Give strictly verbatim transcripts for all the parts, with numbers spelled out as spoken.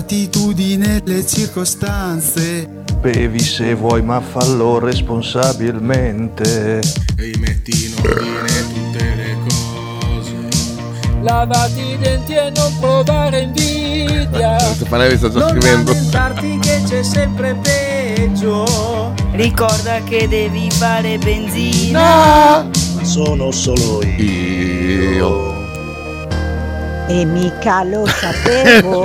l'attitudine, le circostanze. Bevi se vuoi ma fallo responsabilmente. E metti in ordine tutte le cose. Lavati i denti e non provare invidia. Stefanelli sta già Non scrivendo. lamentarti che c'è sempre peggio. Ricorda che devi fare benzina. Sono solo io. E mica lo sapevo.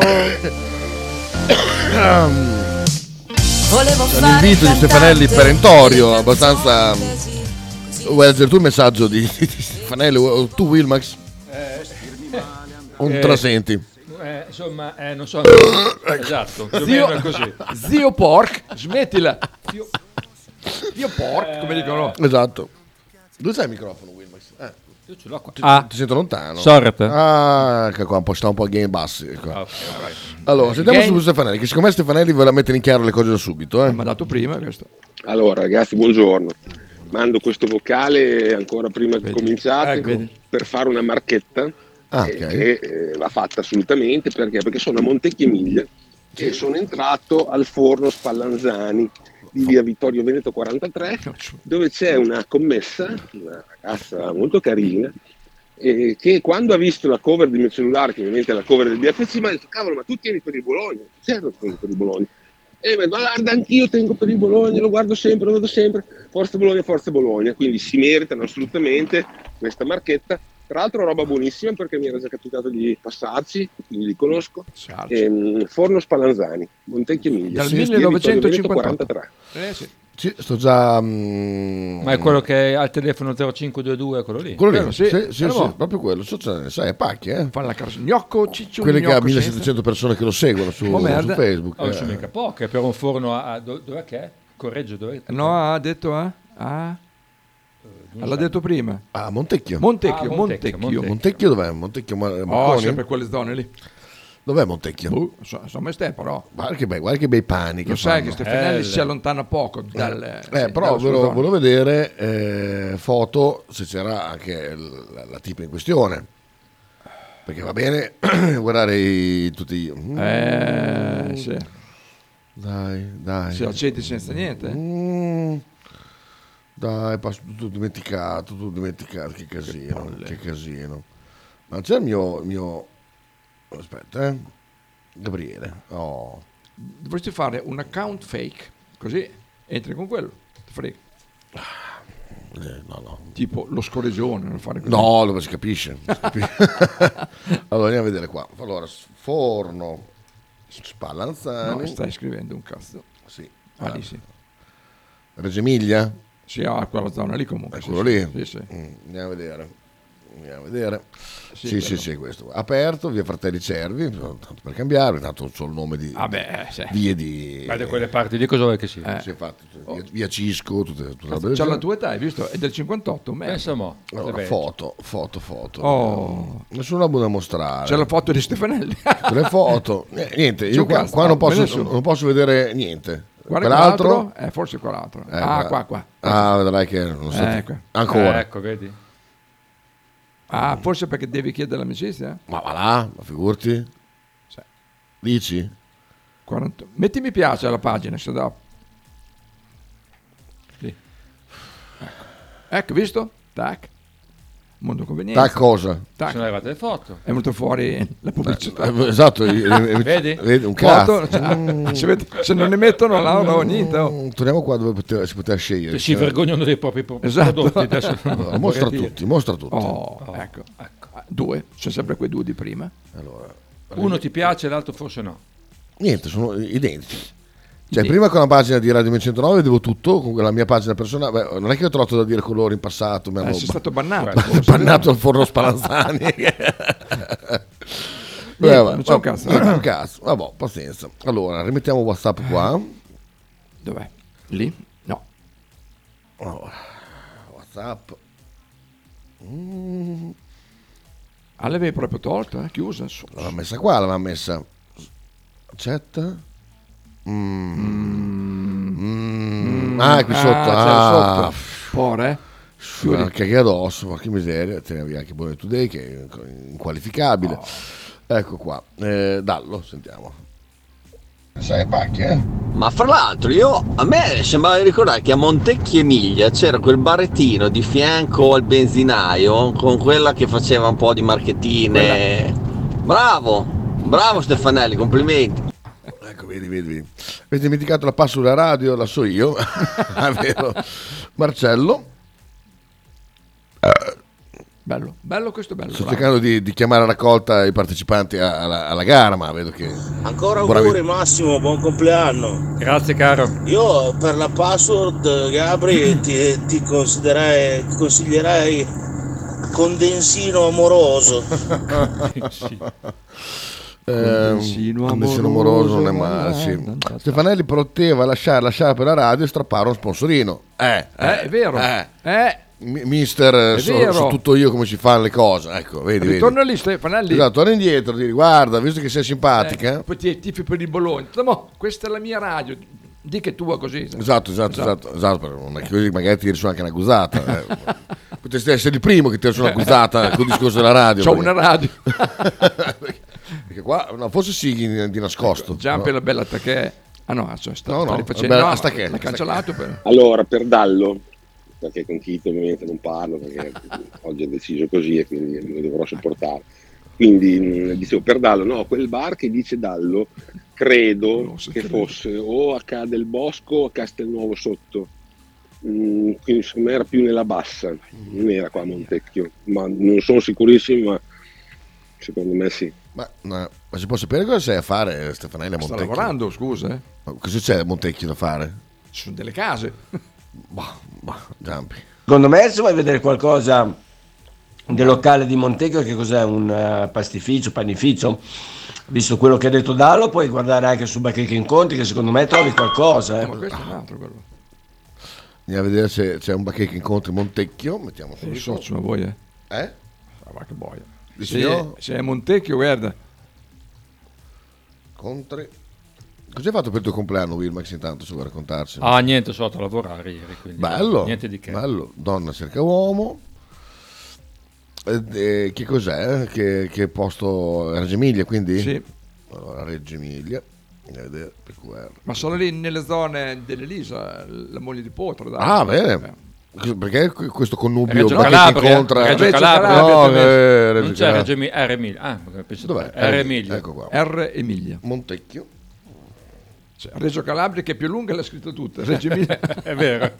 Volevo C'è fare l'invito di Stefanelli perentorio, abbastanza. Vuoi leggere tu il messaggio di, di Stefanelli? O tu, Wilmax? Eh, Non eh, te la senti? Eh, insomma, eh, non so. Esatto, più o Zio, meno è così. zio Pork, smettila. Zio, zio Pork, come dicono. Esatto. Dove c'è il microfono, Wilmax? Eh. Io ce l'ho qua. Ti, Ah. ti sento lontano. Sorret. Ah, ecco qua, un po', sta un po' a game bassi. Ecco. Ah, okay, right. Allora, sentiamo Game- su Stefanelli, che secondo me Stefanelli vuole mettere in chiaro le cose da subito. Eh. Mi ha dato prima questo. Allora ragazzi, buongiorno. Mando questo vocale ancora prima che Vedi. cominciate Ecco, vedi. per fare una marchetta Ah, eh, ok. che eh, va fatta assolutamente perché? Perché sono a Montecchio Emilia e sono entrato al forno Spallanzani di via Vittorio Veneto quarantatré, dove c'è una commessa, una ragazza molto carina, eh, che quando ha visto la cover del mio cellulare, che ovviamente è la cover del B F C, mi ha detto: cavolo, ma tu tieni per il Bologna? Certo che tengo per il Bologna. E mi ha detto: guarda, anch'io tengo per il Bologna, lo guardo sempre, lo vedo sempre, Forza Bologna, Forza Bologna. Quindi si meritano assolutamente questa marchetta. Tra l'altro roba buonissima perché mi era già capitato di passarci, quindi li conosco. Ehm, forno Spallanzani, Montecchio Emilia. Dal Sì, via Vittorio Veneto millenovecentocinquantotto. quarantatré. Eh sì. Sì, sto già. mm, Ma è quello che ha il telefono zero cinque due due, quello lì. Quello lì, Quello sì, sì, sì, sì, quello. proprio quello. So, ce ne sai, è pacchi, eh. Fanno la carne gnocco, ciccio, Quelli che ha gnocco millesettecento persone che lo seguono su, Oh, su merda. Facebook. Oh, eh. sono mica poche per un forno a, a do- dov'è che è? Correggio dove? senza. No, ha detto eh? Ah. L'ha detto prima. Ah, Montecchio. Montecchio, Ah, Montecchio, Montecchio. Montecchio. Montecchio dov'è? Montecchio Ma- Oh, Marconi? sempre quelle zone lì. Dov'è Montecchio? Uh, so, so me ste però. Guarda che bei, guarda che bei pani che Lo sai fanno. che Stefanelli Eh, si allontana poco dal, Eh, sì, però dalla sua volevo, zona. volevo vedere eh, foto se c'era anche la, la tipa in questione. Perché va bene guardare i, tutti i... Eh, sì. Dai, dai. Se accetti senza niente. Mm, dai, passo tutto dimenticato, tutto dimenticato, che casino, che, casino. Ma c'è il mio, il mio... Aspetta, eh. Gabriele. Oh. Dovresti fare un account fake, così entri con quello. Ti frega. Eh, no, no. Tipo lo scorreggione, non fare così. No, dove si capisce. si capisce. Allora, andiamo a vedere qua. Allora, forno Spallanzani. No, stai scrivendo un cazzo. Sì. Ah, lì sì. Reggio Emilia? Sì, ah, quella zona lì comunque. È sì, quello sì. lì? Sì, sì. Mm, andiamo a vedere. Andiamo a vedere. Sì, Sì, sì, quello. sì, questo. Aperto, via Fratelli Cervi, tanto per cambiare, tanto c'ho il nome di Vabbè, sì. vie di... Ma da quelle parti lì cosa vuoi che sia? Eh. Sì, infatti, via, via Cisco, tutte, tutte le robe del C'ha la genere. tua età, hai visto? È del cinquantotto, merda. Pensa mo. Allora, Vabbè. foto, foto, foto. Oh. Nessuna buona da mostrare. C'è la foto di Stefanelli. Le foto, eh, niente, C'è io un qua, cazzo, qua non, no, me ne posso, so. non posso vedere niente. Guarda Quell'altro, quell'altro, eh, forse quell'altro. Eh, ah, guarda. qua, qua. Ah, vedrai che non so. Ecco. Ancora. Eh, ecco, vedi? Ah, forse perché devi chiedere l'amicizia? Ma va là, ma figurati. Sì. Dici? quaranta Metti mi piace alla pagina, se dopo. Sì. Ecco. Ecco, visto? Tac. Mondo convenienza. Da cosa? Tac. Sono arrivate le foto. È venuto fuori la pubblicità. Eh, esatto, eh, eh, Vedi? vedi un Foto, cazzo. cioè, Mm. se, vede- se non ne mettono là, no, niente. oh. Mm, Torniamo qua dove poteva- si poteva scegliere. Si Cioè, vergognano dei propri pro- Esatto. prodotti. Adesso allora, mostra vorrei dire. tutti, mostra tutti. Oh, ecco. Ah, Due, c'è sempre quei due di prima. Allora, Uno ti piace, l'altro forse no. niente, sono identici. Cioè, Sì. prima con la pagina di Radio duecentonove vedevo tutto, con la mia pagina personale. Beh, non è che ho trovato da dire con loro in passato, mi Eh, hanno sei stato bannato. Guarda, forse. bannato al forno Spallanzani. Niente, Beh, non c'è un cazzo. Non c'è un cazzo. Vabbè, pazienza. Allora, rimettiamo WhatsApp qua. Dov'è? Lì? No. Allora, WhatsApp. Mm, Ah, l'avevi proprio tolta, eh? Chiusa. Su- l'aveva messa qua, l'aveva messa. Accetta. Mm. Mm. Ah, è qui Ah, sotto. c'era Ah, sotto. Pore, eh? anche che addosso, ma che miseria. Tenevi anche Buone Today, che è inqualificabile. Oh. Ecco qua. Eh, dallo, sentiamo. Sai, pacchi, eh? Ma fra l'altro io a me sembrava di ricordare che a Montecchi Emilia c'era quel barettino di fianco al benzinaio con quella che faceva un po' di marchettine. Bravo, bravo Stefanelli, complimenti. Ecco, vedi, vedi, vedi. Avete dimenticato la password della radio, la so io. È vero. Marcello. Bello, bello questo, bello. Sto bravo. cercando di, di chiamare a raccolta i partecipanti alla, alla gara, ma vedo che... Ancora Bravi. auguri Massimo, buon compleanno. Grazie caro. Io per la password, Gabri, ti, ti consiglierei, ti consiglierei condensino amoroso. Condensino amoroso, amoroso non è male, sì. Stefanelli poteva lasciare lasciare per la radio e strappare uno sponsorino. Eh, Eh, è vero. Eh. Eh. Mi- Mister, È so, vero. so tutto io come si fanno le cose. Ecco, vedi, vedi. Ritorna lì, Stefanelli. Esatto, torna indietro, ti guarda, visto che sei simpatica. Eh, poi ti tifi per il Bologna. Ma questa è la mia radio. Di che tua così. Esatto, esatto, esatto, esatto, perché non è che così magari tiri su anche una gusata. Eh. Potresti essere il primo che tira su una gusata con il discorso della radio. C'ho perché- una radio. Perché qua, no, forse sì di, di nascosto. Giampi no? la bella che. Ah no, sta, sta, No, no, sta rifacendo. bella- No, sta che- l'ha sta cancellato per... Allora, per Dallo, perché con Chito ovviamente non parlo perché oggi è deciso così e quindi lo dovrò sopportare. Quindi mh, dicevo per Dallo, no, quel bar che dice Dallo credo che fosse o a Ca del Bosco o a Castelnuovo sotto. Mm, quindi secondo me era più nella bassa, non era qua a Montecchio, ma non sono sicurissimo, ma secondo me sì. Ma, no, ma si può sapere cosa sei a fare, Stefanelli, a Sta Montecchio? lavorando, scusa. Eh. Ma cosa c'è a Montecchio da fare? Ci sono delle case. Bah, bah, Giampi. Secondo me se vuoi vedere qualcosa del locale di Montecchio, che cos'è, un uh, pastificio, panificio, visto quello che ha detto Dallo, puoi guardare anche su Bacheche Incontri, che secondo me trovi qualcosa. Eh. Ma questo è un altro quello. Andiamo a vedere se c'è un bacheche incontri Montecchio. Mettiamo Il subito. socio, ma vuoi, eh? Eh? Ah, va che boia. Dici Se, io? se è Montecchio, guarda. Contri. Cosa hai fatto per il tuo compleanno, Wilmax, intanto, se vuoi raccontarci? Ah, niente, sono andato a lavorare ieri. Quindi Bello, niente di che. bello. Donna cerca uomo. E, e che cos'è? Che, che posto? Reggio Emilia, quindi? Sì. Allora, Reggio Emilia. Andiamo a vedere, P Q R. Ma sono lì nelle zone dell'Elisa, la moglie di Potro. Dai. Ah, bene. Perché questo connubio Reggio Bacheche Calabria, incontra Reggio Calabria, no, avete messo. eh, Reggio non c'è Calabria. Reggio Emilia, R Emilia. Ah, penso- Dov'è? R Emilia. Ecco qua. R Emilia. Montecchio. Cioè, Reggio Calabria, che è più lunga, l'ha scritto tutta. Reggio Emilia. È vero.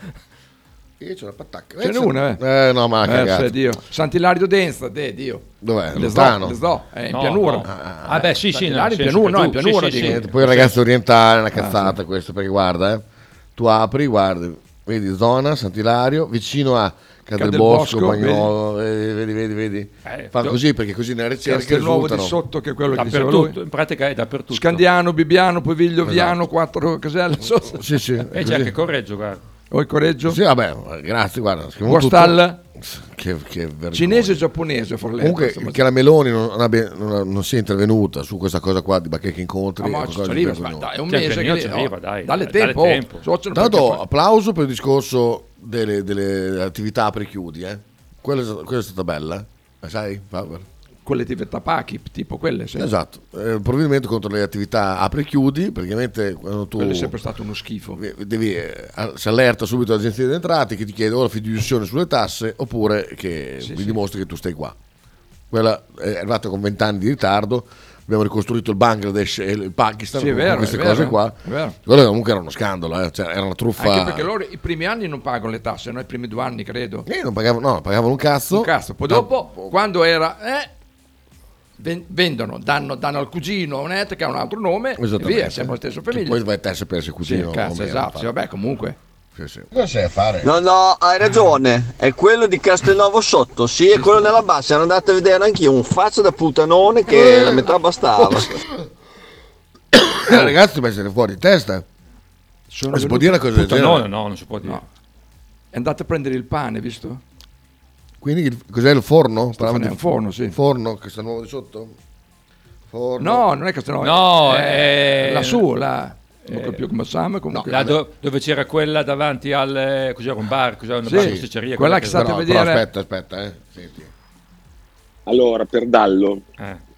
E c'è una patacca. Ce n'è una, eh. Eh, no, ma ha Eh, cagato. se Dio. Sant'Ilario d'Enza, de Dio. Dov'è? Le Lontano? Zo, le Zo, è in No, pianura. no. Ah, beh, sì, sì, no, Sant'Ilario in senso pianura, che no, in tu- pianura. sì, sì, dico. sì. Poi il ragazzo orientale è una Ah, cazzata questo, perché guarda, eh. Tu apri, guardi, vedi zona Sant'Ilario, vicino a Cadelbosco, Cadelbosco, Bagnolo, vedi, vedi, vedi, vedi. Eh, Fa do- così perché così nelle ricerche Castelnuovo di risultano. sotto, che è quello che diceva Dappertutto, lui. in pratica è dappertutto. Scandiano, Bibbiano, poi Viglio, Esatto. Viano, quattro caselle. So- Sì, sì. E c'è così. anche Correggio, guarda. O il Correggio. Sì, vabbè, grazie, guarda. scriviamo Guastalla. tutto. Che, che vergogna. Cinese e giapponese, Forletta. Comunque insomma. che la Meloni non, abbia- non, non sia intervenuta su questa cosa qua di Bacheche incontri. Ah, è ma qualcosa ci di arriva, vergognoso. dai, è un Cioè, mese che che ci lì, arriva, oh, dai, dalle dalle tempo, tempo. oh. Socio, Tanto perché- applauso per il discorso delle, delle attività apri e chiudi, eh. Quella, è stata- quella è stata bella, eh. Sai, Faber? quelle di Vettapachi, tipo quelle, sì. Esatto, eh, il provvedimento contro le attività apri e chiudi, praticamente quando tu Quello è sempre stato uno schifo. devi, eh, si allerta subito l'agenzia delle entrate che ti chiede o la fiduciazione sulle tasse oppure che Sì, mi sì. dimostri che tu stai qua. Quella è arrivata con vent'anni di ritardo, abbiamo ricostruito il Bangladesh e il Pakistan Sì, è con vero, queste è cose vero, qua. è vero. Quello comunque era uno scandalo, eh, cioè, era una truffa. Anche perché loro i primi anni non pagano le tasse, no? I primi due anni credo. Eh, non pagavano, no, pagavano un cazzo. Un cazzo. Poi dopo, quando era... Eh, ven- vendono, danno, danno al cugino a un et che ha un altro nome e via, siamo la stessa Che famiglia. poi vai a te a sapere se il cugino Sì, cazzo, o meno, esatto, infatti. sì, vabbè, comunque. Sì, sì. Cosa sei a fare? No, no, hai ragione, è quello di Castelnuovo sotto, sì, è quello nella bassa, ero andato a vedere anch'io, un faccio da putanone che la metà bastava. Eh, ragazzi, dobbiamo essere fuori di testa. Sono Ma si può venuti- dire una cosa del Putanone, genere? no, non si può dire. No. È andato a prendere il pane, visto? Quindi il- cos'è il forno? Parlavamo è di un forno, sì. Forno, che sta nuovo di sotto? Forno. No, non è Castelnuovo. No, è è- lassù, là. Non so più come si chiama, comunque. Là do- dove c'era quella davanti al... cos'era un bar? Cos'era una Sì, bar pasticceria? quella che Però, state a però vedere. aspetta, aspetta, eh. Senti. Allora, per Dallo, Eh.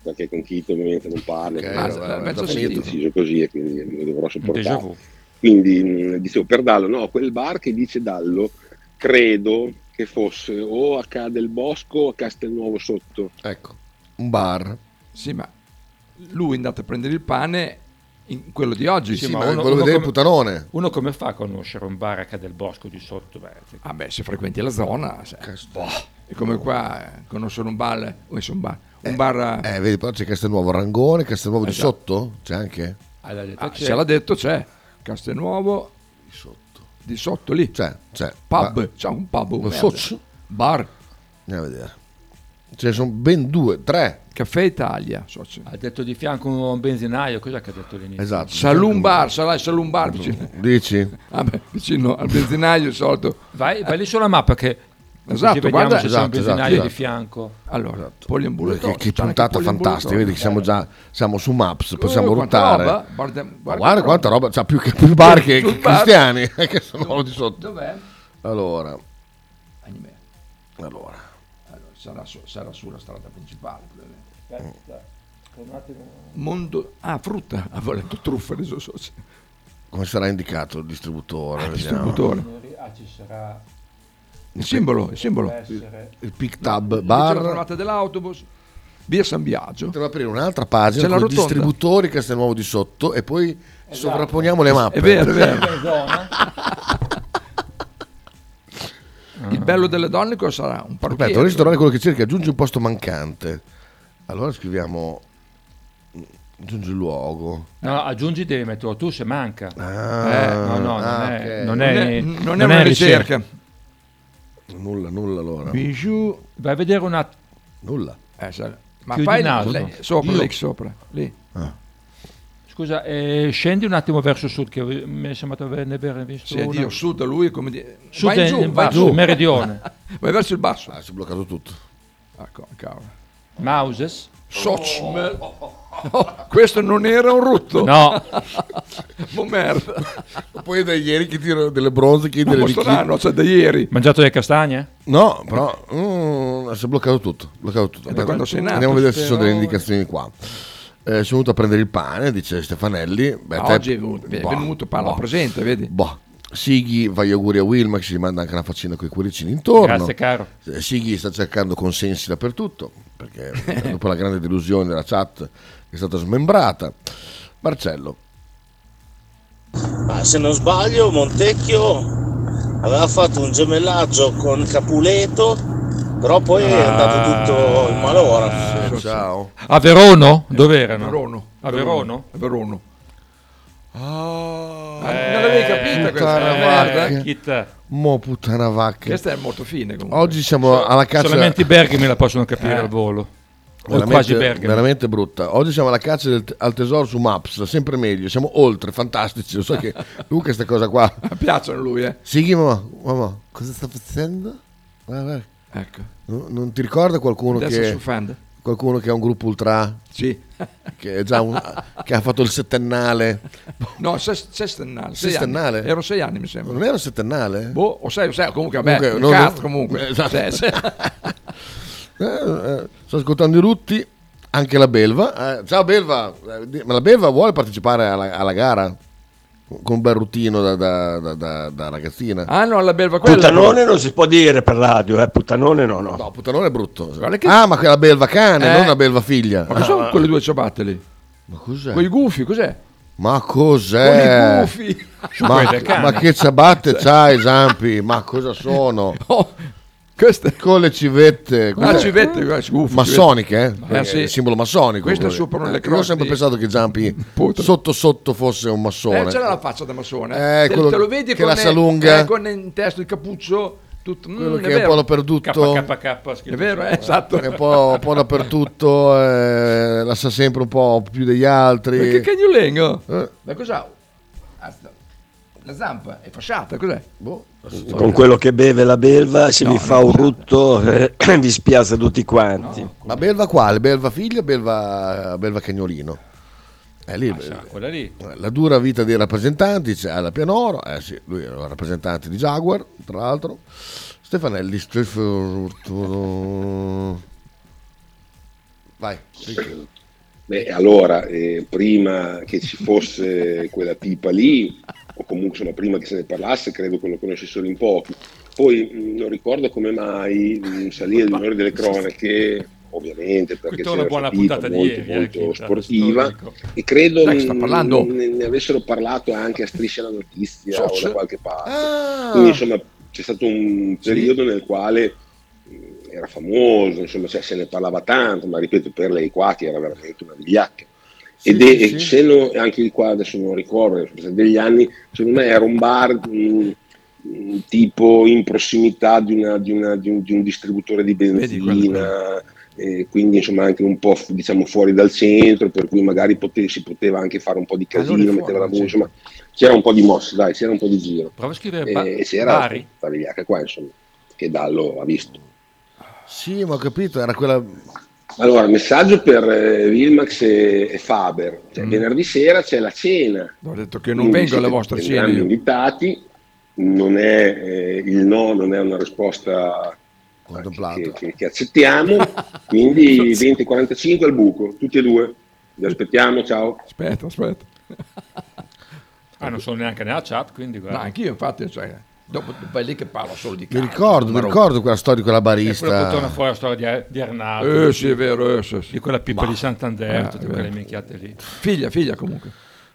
perché con Chito ovviamente non parlo, Ok, ma vabbè, è già finito. deciso così e quindi lo dovrò Déjà sopportare. vu. Quindi mh, dicevo per Dallo, no, quel bar che dice Dallo, credo che fosse o a Ca del Bosco o a Castelnuovo sotto. Ecco, un bar. Sì, ma lui è andato a prendere il pane in quello di oggi. Sì, Sì, ma ma uno- volevo uno vedere il come- putanone. Uno come fa a conoscere un bar a Ca del Bosco di sotto? Beh, Ah beh, se frequenti la zona, se- boh, è come qua, eh, conoscere un bar, eh, un bar, un bar Eh, vedi, però c'è Castelnuovo Rangone, Castelnuovo di Esatto. sotto, c'è anche? ah, l'ha detto, ah, c'è. se l'ha detto c'è, Castelnuovo Di sotto. di sotto lì, C'è, c'è. pub, Ma- c'è un pub, un Ma merda. sotto? Bar, Andiamo a vedere. Ce ne sono ben due, tre. Caffè Italia, socio. Ha detto di fianco un benzinaio, cos'è che ha detto all'inizio? Esatto. Saloon Bar, sarà il Saloon Bar vicino, Dici? ah, beh, vicino al benzinaio il solito. Vai, vai lì sulla mappa che Esatto, così vediamo guarda- se c'è un esatto, benzinaio esatto, di esatto. fianco. Allora, Che, poliambulatorio, che c'è anche puntata poliambulatorio. fantastica, vedi che siamo già siamo su Maps, possiamo Oh, quanta ruotare. roba, guarda, Ma guarda guarda che quanta roba, c'ha più, che, più bar che, Sul che bar. cristiani, eh, che sono di sotto. Dov'è? Allora, Ahimè. allora. Allora, sarà, su- sarà sulla strada principale. probabilmente. Aspetta, un attimo. Mondo, ah, frutta, avevo letto truffa adesso so. Come sarà indicato il distributore? Ah, vediamo. distributore. Ah, ci sarà. Il simbolo, il simbolo. Potrebbe essere- Il Pick Tab Lì c'è la Bar. fermata dell'autobus, via San Biagio. Devo aprire un'altra pagina C'è la con i rotonda. distributori Castelnuovo di sotto e poi sovrapponiamo le mappe. È vero, è vero. in zona. Il bello delle donne cosa sarà? Un parrucchiere. Aspetta, un ristorante è quello che cerca, aggiungi un posto mancante. Allora scriviamo aggiungi il luogo. No, aggiungi devi metterlo tu se manca. Ah, Eh, no, no, ah, non, è, ok. non, Non è, è, non non è una ricerca. Nulla, nulla allora. Bijou. Vai a vedere un attimo. Nulla. Eh, sa- ma Chiudi fai il naso. lei- sopra, Io- lei sopra, lì. Scusa, eh, scendi un attimo verso sud che mi è sembrato averne aver visto Sì, una. Dio, sud da lui è come dire. Sud vai è giù, in vai basso, giù. meridione. Vai verso il basso. Ah, si è bloccato tutto. Ecco, cavolo. Mauses? Soc- me- Oh, questo non era un rutto. No. Ma merda. Poi da ieri che tiro delle bronze, chiedi Ma delle strano, cioè da ieri. Mangiato delle castagne? No, però mm, si è bloccato tutto. Bloccato tutto. Da quando sei nato, Andiamo a vedere se ci sono delle spero. indicazioni qua. Eh, sono venuto a prendere il pane, dice Stefanelli. Beh, Ah, te- oggi è venuto, è boh, venuto, parla boh. presente, vedi? Boh. Sighi fa gli auguri a Wilma che si manda anche una faccina con i cuoricini intorno. Grazie, caro. Eh, Sighi sta cercando consensi dappertutto perché dopo la grande delusione della chat che è stata smembrata. Marcello. Ma se non sbaglio, Montecchio aveva fatto un gemellaggio con Capuleto, però poi è andato tutto in malora. Eh, ciao. A Verono? Dove erano? Verono. A Verono? A Verono. Oh, Ah, non l'avevi capita questa puttana merda? vacca. Chi te? Mo puttana vacca. Questa è molto fine comunque. Oggi siamo alla caccia. Solamente i Bergami la possono capire Eh. al volo. O Veramente, quasi Bergami. veramente brutta. Oggi siamo alla caccia del- al tesoro su Maps, sempre meglio. Siamo oltre, fantastici. Lo so che Luca questa cosa qua. Mi piacciono a lui, eh. Sighi, mamma, mamma, cosa sta facendo? Guarda, guarda. Ecco. Non, non ti ricorda qualcuno Adesso che su fan. qualcuno che ha un gruppo ultra Sì. che, è già un- che ha fatto il settennale? No, ses- sestennale. sei Sestennale? anni. Ero sei anni, mi sembra. Non era settennale? Boh, o sei, o sei, comunque, vabbè, Comunque, un non- cazzo, non- comunque. Esatto. Sì, sì. Eh, eh, sto ascoltando i rutti, anche la Belva. Eh, ciao Belva, Eh, di- ma la Belva vuole partecipare alla, alla gara? Con un bel ruttino da, da- da- da- da ragazzina. Ah no, la belva quella. Puttanone non si può dire per radio, eh. Puttanone no, no. No, puttanone è brutto. Guarda che- Ah, ma quella belva cane, Eh. non la belva figlia. Ma cosa sono quelle due ciabatte lì? Ma cos'è? Quei gufi, cos'è? Ma Con cos'è? i gufi. Ma, Quelle del cane. ma che ciabatte c'hai, Zampi? Ma cosa sono? Oh, queste. Con le civette. Ah, cos'è? civette, guarda, gufi, Massoniche, eh? Eh, Perché sì. è il simbolo massonico. Queste quello. superano le Eh, Io ho croci sempre di- pensato che Zampi Putra. sotto sotto fosse un massone. Eh, c'era la faccia da massone. Eh, te, quello te lo vedi che con la le- salunga. eh, con in testa il cappuccio. Tutto, mm, Quello è che è un vero. po' dappertutto. K K K scritto È vero, su. eh, esatto. È un po', un po' dappertutto, eh, la sa sempre un po' più degli altri. Ma che cagnolengo? Eh. Ma cos'ha? Ah, sta- La zampa è fasciata, cos'è? Boh. Con quello che beve la belva, se No, vi no, fa un no. rutto, eh, vi spiazza tutti quanti. Ma belva quale? Belva figlia, belva, belva cagnolino? È lì, Ah, sa, quella lì. la dura vita dei rappresentanti, c'è alla Pianoro, eh sì, lui era il rappresentante di Jaguar, tra l'altro. Stefanelli, Stefano- Vai. Beh, allora, eh, prima che ci fosse quella tipa lì, o comunque insomma, prima che se ne parlasse, credo che lo conoscessero in pochi. Poi mh, non ricordo come mai mh, salire il onore delle cronache, ovviamente perché Tutta una c'era buona questa tipa puntata di molto, ieri, molto anche, sportiva, storico. e credo Dai, sta mh, parlando. ne, ne avessero parlato anche a Striscia la Notizia So, o c'è- da qualche parte. Ah. Quindi insomma c'è stato un periodo nel quale mh, era famoso, insomma, cioè, se ne parlava tanto, ma ripeto, per lei qua che era veramente una vigliacca. Sì, Ed è, sì, sì. se no, anche di qua adesso non ricordo, sono passati degli anni, secondo me era un bar mh, mh, tipo in prossimità di, una, di, una, di, un, di un distributore di Vedi, quello, benzina, eh, quindi insomma anche un po' diciamo fuori dal centro, per cui magari pote- si poteva anche fare un po' di casino, Allora è metteva la fuori dal voce, ma c'era un po' di mosse, dai, c'era un po' di giro. Prova a scrivere ba- E c'era Bari. la vigliacca qua, insomma, che Dallo ha visto. Sì, ma ho capito, era quella... Allora, messaggio per eh, Wilmax e, e Faber. Cioè, Mm. venerdì sera c'è la cena. Ho detto che non Quindi vengo alle siete vostre entrambi cene io. invitati. Non è, eh, il no non è una risposta che, che- che accettiamo. Quindi venti e quarantacinque al buco, tutti e due. Vi aspettiamo, ciao. Aspetta, aspetta. Ah, non sono neanche nella chat, quindi guarda. No, anch'io infatti, cioè, dopo vai lì che parlo solo di Mi calcio, ricordo, mi ma roba. ricordo quella storia di quella E poi barista. torna fuori la storia di, di Arnaldo. Eh sì, è vero, eh, sì, sì. Di quella pippa Ma- di Santander, eh, tutte è quelle vero. minchiate lì. Figlia, figlia comunque.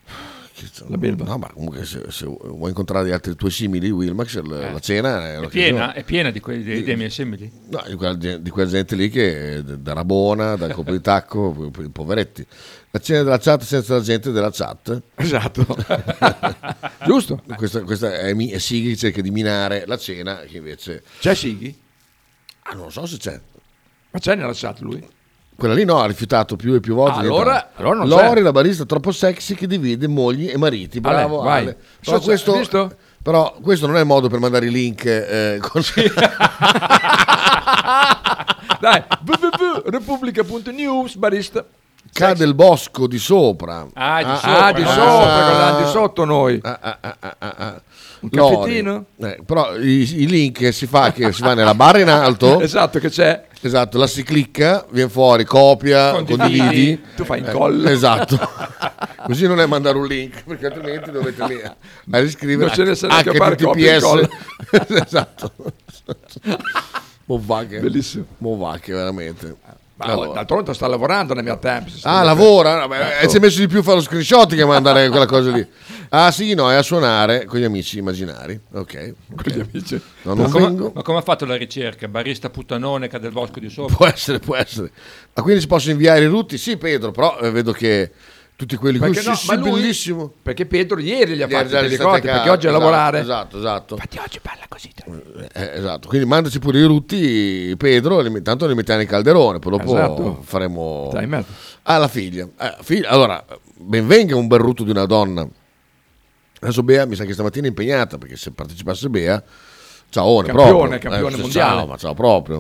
La belva. No, ma comunque se, se vuoi incontrare gli altri tuoi simili, Wilmax, la, Eh. la cena è, È un'occasione. piena, è piena di quelli dei, dei miei simili. No, di quella, gen- di quella gente lì che è d- da Rabona, dal colpo di tacco, po- po- poveretti. La cena della chat senza la gente della chat. Esatto. Giusto. Questa, questa è, mi- è Sighi che cerca di minare la cena, che invece... C'è Sighi? Ah, non so se c'è. Ma c'è nella chat lui? Quella lì no, ha rifiutato più e più volte. di Allora- entrare. allora non Lori, c'è. la barista troppo sexy che divide mogli e mariti. Bravo, Ale, vai. Ale. Però So- questo, visto? però questo non è il modo per mandare i link. Eh, con... Dai, www punto repubblica punto news, barista. Cade il bosco di sopra. Ah, di Ah, sopra. di ah. sopra, quella di sotto noi. Ah, ah, ah, ah, ah, ah. Un Lori. caffettino? Eh, però i, i link che si fa che si va nella barra in alto. Esatto, che c'è. Esatto, la si clicca, viene fuori, copia, Condividi. condividi. Tu fai Eh, incolla. esatto. Così non è mandare un link, perché altrimenti dovete lì a riscrivere Non ce ne sa neanche fare copia e H T T P S. Esatto. Movacche. Bellissimo. Movacche, veramente. Ma Allora. d'altronde sta lavorando nel mio tempo. si sta Ah, mettendo- lavora? Vabbè, eh, si è messo di più a fare lo screenshot che a mandare quella cosa lì. Ah sì, no, è a suonare con gli amici immaginari. Ok. Con gli amici. No, Ma non come, vengo. ma come ha fatto la ricerca? Barista puttanone cade il bosco di sopra? Può essere, può essere. Ma quindi si possono inviare i rutti? Sì, Pedro, però eh, vedo che tutti quelli qui, Perché sì, no, sì, ma lui- bellissimo. Perché Pedro ieri gli ha Gli ha fatto già delle ristate cose, a perché casa, oggi è a esatto, lavorare. Esatto, esatto. Infatti oggi parla così. Eh, esatto. Quindi mandaci pure i rutti, Pedro, li- intanto li mettiamo in calderone, poi dopo Esatto. faremo... Dai, in mezzo. Ah, la figlia. Eh, figlia. Allora, benvenga un bel rutto di una donna. Adesso Bea mi sa che stamattina è impegnata, perché se partecipasse Bea, ciao, Campione, proprio. campione Eh, mondiale. Ciao, ma ciao proprio.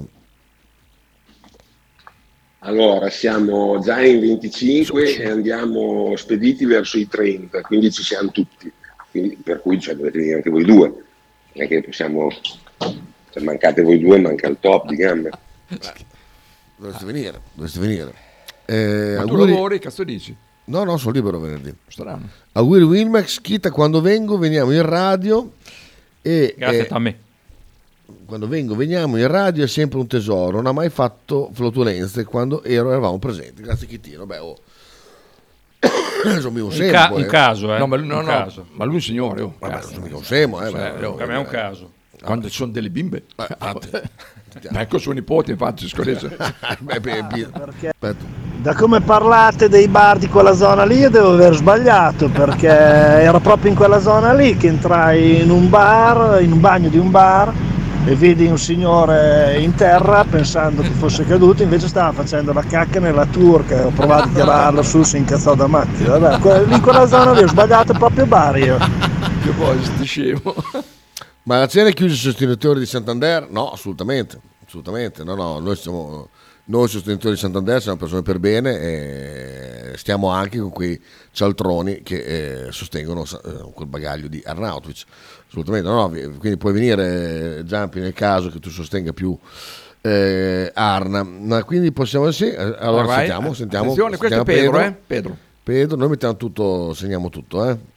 Allora, siamo già in venticinque e andiamo spediti verso i trenta, quindi ci siamo tutti. Quindi, per cui cioè, dovete venire anche voi due. Non è che possiamo... Se mancate voi due, manca il top di gambe. Dovreste venire, dovreste venire. Eh, Ma tu auguri- lavori, cazzo dici? No, no, sono libero venerdì. Strano. Auguri Wilmax, Chita, quando vengo veniamo in radio e Grazie eh, a me. quando vengo veniamo in radio è sempre un tesoro, non ha mai fatto flautulenze quando ero, eravamo presenti. Grazie Chitino, beh, oh. sono mica un Un, semo, ca- eh. un caso, eh. No, ma, lui- no, un no, caso. ma lui è un signore. Oh, Vabbè, cazzo. sono mica un semo, eh, Cioè, beh, oh, Per me è un caso. Quando ci sono delle bimbe. Eh, infatti. Ma ecco suo nipote, infatti, si scorreggia. Beh, beh, beh, aspetta. Da come parlate dei bar di quella zona lì io devo aver sbagliato perché era proprio in quella zona lì che entrai in un bar, in un bagno di un bar e vidi un signore in terra pensando che fosse caduto, invece stava facendo la cacca nella turca, ho provato a tirarlo su, si incazzò da matti. Vabbè, que- in quella zona lì ho sbagliato proprio bar io. Che poi sti scemo. Ma la cena è chiusa i sostenitori di Santander? No, assolutamente, assolutamente. No, no, noi siamo noi sostenitori di Santander siamo persone per bene e stiamo anche con quei cialtroni che eh, sostengono eh, quel bagaglio di Arnautovic. Assolutamente, no, no, quindi puoi venire Giampi nel caso che tu sostenga più eh, Arna. Ma quindi possiamo sì, eh, allora Vai, sentiamo, vai. sentiamo. Attenzione, questo sentiamo è Pedro, eh? Pedro. Pedro, noi mettiamo tutto, segniamo tutto, eh.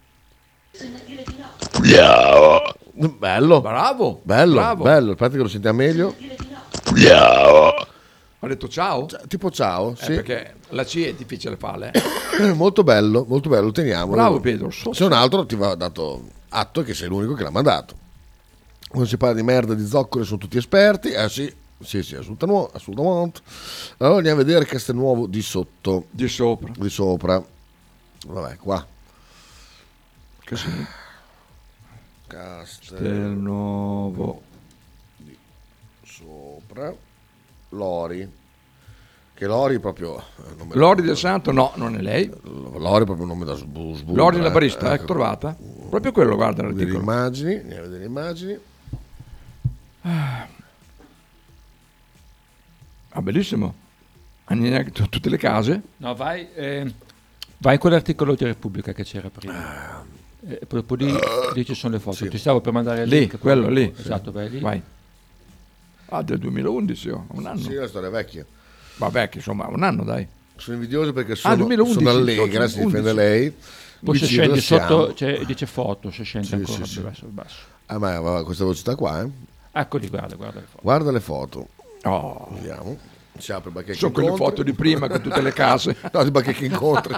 Bello. Bravo. Bello, Bravo. bello, aspetta che lo sentiamo meglio. Ha detto ciao? Tipo ciao, Eh, sì. perché la C è difficile farla, eh? Molto bello, molto bello, lo teniamo. Bravo, Pedro. Se un altro ti va dato atto che sei l'unico che l'ha mandato. Quando si parla di merda, di zoccole, sono tutti esperti. Eh sì, sì, sì, assolutamente. assolutamente. Allora andiamo a vedere Castelnuovo di sotto. Di sopra. Di sopra. Vabbè, qua. Che sì. Castelnuovo di sopra. Lori. Che Lori proprio... eh, non me lo- Lori del Santo? No, non è lei. Lori è proprio un nome da sbu- sbu- Lori la eh, barista, ecco. ecco, trovata. Proprio quello, guarda Vedere le l'articolo. immagini, andiamo a vedere le immagini. Ah, bellissimo. Anche t- tutte le case. No, vai, eh, vai con l'articolo di Repubblica che c'era prima. Eh, proprio lì, lì ci sono le foto. Sì. Ti stavo per mandare il Lì, link. quello proprio. lì. Esatto, vai lì. Vai. Ah, del duemilaundici, oh, un anno. Sì, la storia è vecchia. Vabbè, che insomma, un anno, dai. Sono invidioso perché sono, Ah, duemilaundici, sono allegra, si undici. difende lei. Poi se Vicino scendi siamo. sotto, c'è, dice foto, se scendi Sì, ancora sì, più sì. verso il basso. Ah, ma va, questa velocità qua, eh? Eccoli, guarda, guarda le foto. Guarda le foto. Oh. Vediamo. Si apre il bacheche Sono quelle incontri. foto di prima con tutte le case. No, di bacheche incontri.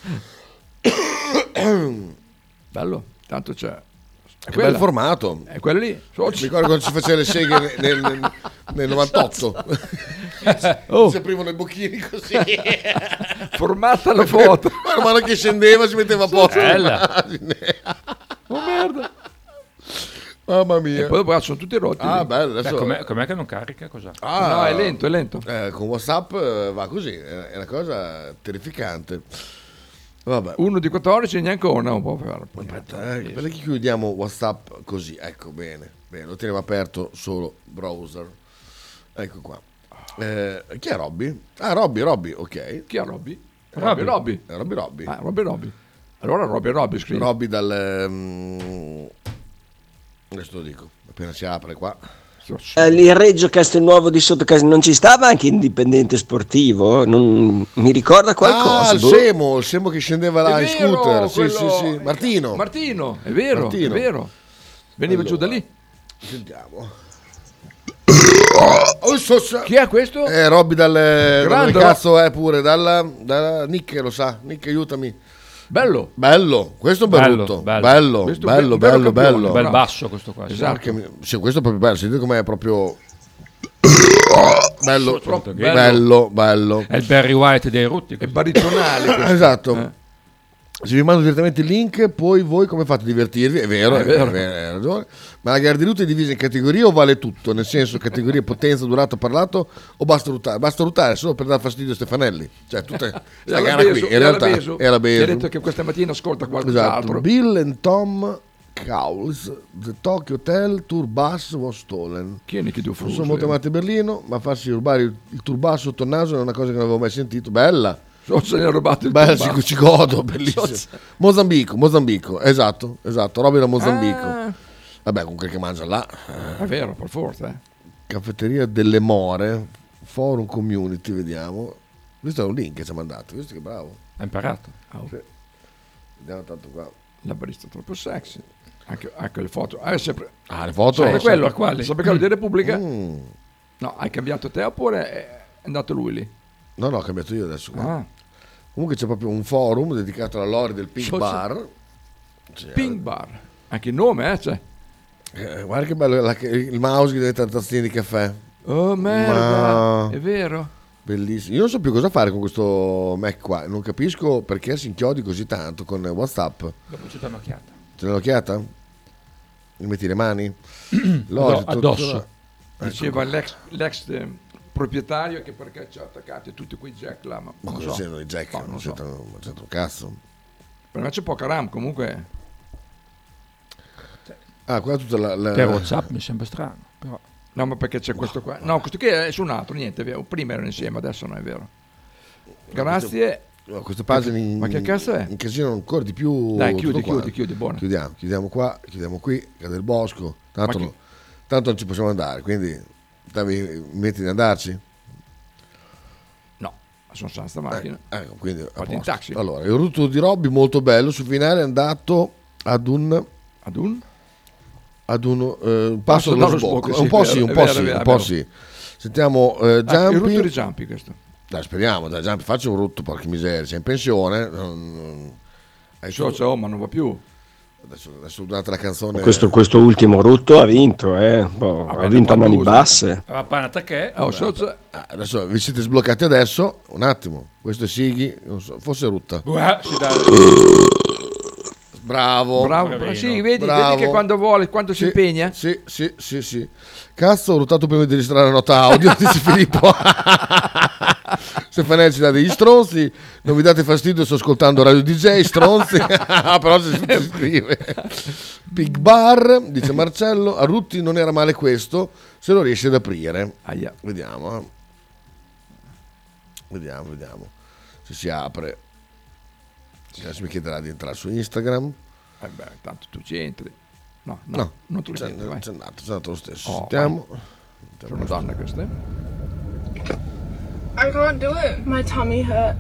Bello, tanto c'è. È Che bel formato. È quello lì. Mi ricordo quando si faceva le seghe nel, nel, nel novantotto. Oh. Si aprivano i bocchini così. Formata la foto. Man mano che scendeva si metteva a posto Bella. l'immagine. Oh merda. Mamma mia. E poi dopo sono tutti rotti. Ah, lì. bello. Beh, Adesso... com'è, com'è che non carica? Cos'ha? Ah, No, è lento, è lento. eh, con WhatsApp eh, va così, è è una cosa terrificante. Vabbè. Uno di quattordici neanche una un po' per Aspetta, eh, perché chiudiamo WhatsApp così, ecco, bene, bene, lo teniamo aperto solo browser. Ecco qua. Eh, chi è Robby? Ah, Robby, Robby, ok. Chi è Robby? Robby. Robby Robby. Eh, Robby Robby. Ah, Robby Robby. Allora Robby Robby scrive. Robby dal... mm, adesso lo dico, appena si apre qua. Eh, il Reggio Castelnuovo di sotto casa non ci stava anche Indipendente Sportivo? Non mi ricorda qualcosa? Ah, il boh. Semo, il Semo che scendeva là È in vero, scooter. Sì, quello- sì, sì. Martino. Martino, è vero, Martino. è vero. Veniva giù da lì. Sentiamo. Oh, so- so- Chi è questo? Eh, Robby dal... Dove Grande, cazzo è pure? Dalla, dalla... Nick lo sa. Nick, aiutami. Bello. Bello, questo è Bello, brutto. bello. Bello, Questo bello, un bello bello, campione, bello. Bel bravo. basso questo qua. sì. Esatto. Che mi- Sì, questo è proprio bello. Sentite com'è proprio... Bello, Troppo bello, bello. bello. È il Barry White dei Rutti. È questo. baritonale questo. Esatto. Eh. Se vi mando direttamente il link, poi voi come fate a divertirvi? È vero, È è vero. vero, hai ragione. Ma la gara di ruta è divisa in categorie o vale tutto? Nel senso, categorie potenza, durata, parlato o basta ruttare? Basta ruttare solo per dar fastidio a Stefanelli. Cioè, tutta E questa alla gara qui, Beso, in e alla realtà Beso. è la Ti ha Beso. detto che questa mattina ascolta Esatto. qualcos'altro. Bill and Tom Cowles, The Tokyo Hotel, Tour Bus was stolen. Chi è che devo Non sono molto amati a Berlino, ma farsi rubare il, il tour bus sotto il naso è una cosa che non avevo mai sentito. Bella. Se ne ha rubato il Bella, tuo ci, bar. ci godo, bellissimo. Mozambico, Mozambico, esatto, esatto, Robby da Mozambico. Ah. Vabbè, comunque che mangia là. È vero, per forza. Eh. Caffetteria delle More, forum community, vediamo. Questo è un link che ci ha mandato, visto che bravo. Ha imparato. Oh. Sì. Vediamo tanto qua. La barista è troppo sexy. Anche, anche le foto. Ah, è sempre, Ah, le foto? sempre quello. sempre quali? Sempre quello di Repubblica. Mm. No, hai cambiato te oppure è andato lui lì? No, no, ho cambiato io adesso qua. Ah. Comunque c'è proprio un forum dedicato alla lore del Pink So- Bar. Cioè, Pink Bar. Anche il nome, eh? Cioè. eh, guarda che bello la- il mouse che diventa tazzine di caffè. Oh merda, Ma- è vero. Bellissimo. Io non so più cosa fare con questo Mac qua. Non capisco perché si inchiodi così tanto con WhatsApp. Dopo c'è un'occhiata. Ce l'hai l'occhiata? Mi metti le mani? Addo- addosso. Diceva l'ex, l'ex eh, proprietario che perché ci ha attaccati tutti quei jack là. Ma, Ma non cosa so. c'entrano i jack? No, non non so. c'entrano, non c'entrano un cazzo. Per me c'è poca RAM comunque. Ah, qua tutta la... la- Per WhatsApp mi sembra strano. Però. No, ma perché c'è questo qua? No, questo qui è su un altro, niente, è vero. Prima erano insieme, adesso non è vero. Grazie. No, queste pagine in, Ma che cazzo è? incasinano ancora di più. Dai, tutto chiudi, quanto. chiudi, chiudi, buono. Chiudiamo, chiudiamo qua, chiudiamo qui, Ca del Bosco. Tanto, Ma no- tanto non ci possiamo andare, quindi aspettavi metti di andarci? No, sono stata stamattina. Eh, ecco, quindi a Vado in posto. taxi. Allora, il rutto di Robby molto bello, sul finale è andato ad un ad un ad un eh, passo dello dallo sbocco, sbocco, un po' sì, sì, un vero, po' è sì, vero, un è po' vero. sì. Sentiamo eh, Ah, il Giampi. rutto di Giampi questo. Dai, speriamo, dai, Giampi, faccia un rutto, porca miseria, sei in pensione. Non, non... Hai So, tu- so, ma non va più. Adesso, adesso durante la canzone Questo, questo ultimo rutto ha vinto, eh. Boh, ha vinto a mani basse. La panata che? Oh, so, so. Ah, adesso vi siete sbloccati adesso, un attimo, questo è Sighi, non so, forse rutta. Uè, si dà- Bravo, Bravo, Bravino. sì, vedi, Bravo. vedi che quando vuole, quando si Sì, impegna. Sì, sì, sì, sì. Cazzo, ho ruttato prima di registrare la nota audio, dice Filippo. Stefanelli ci dà degli stronzi, non vi date fastidio, sto ascoltando Radio D J, stronzi. Però si si scrive. Big Bar, dice Marcello, a Rutti non era male questo, se lo riesce ad aprire. Aia. Vediamo, eh. Vediamo, vediamo se si apre. Adesso mi chiederà di entrare su Instagram. Eh beh, tanto tu ci entri. No, no, No, non tu ci c'è, entri, vai. c'è andato, c'è andato lo stesso. Oh, Sentiamo. Sono donna queste. I can't do it. My tummy hurt.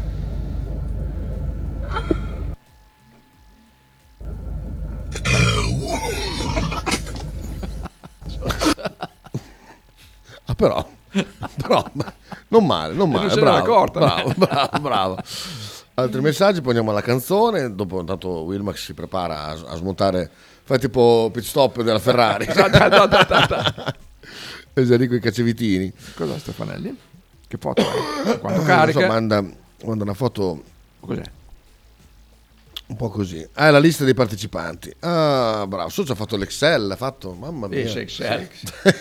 Ah, però, però non male, non male, non se n'era bravo, accorta. bravo, bravo, bravo. Altri messaggi, poi andiamo alla canzone. Dopo, intanto, Wilmax si prepara a, a smontare, fa tipo pit stop della Ferrari. Esarico i cacevitini. Cosa Stefanelli? Che foto è? Quando Non carica? so, manda, manda una foto. Cos'è? Un po' così. Ah, è la lista dei partecipanti. Ah, bravo. So, ci ha fatto l'Excel, ha fatto, mamma mia. Eh, sì, Excel.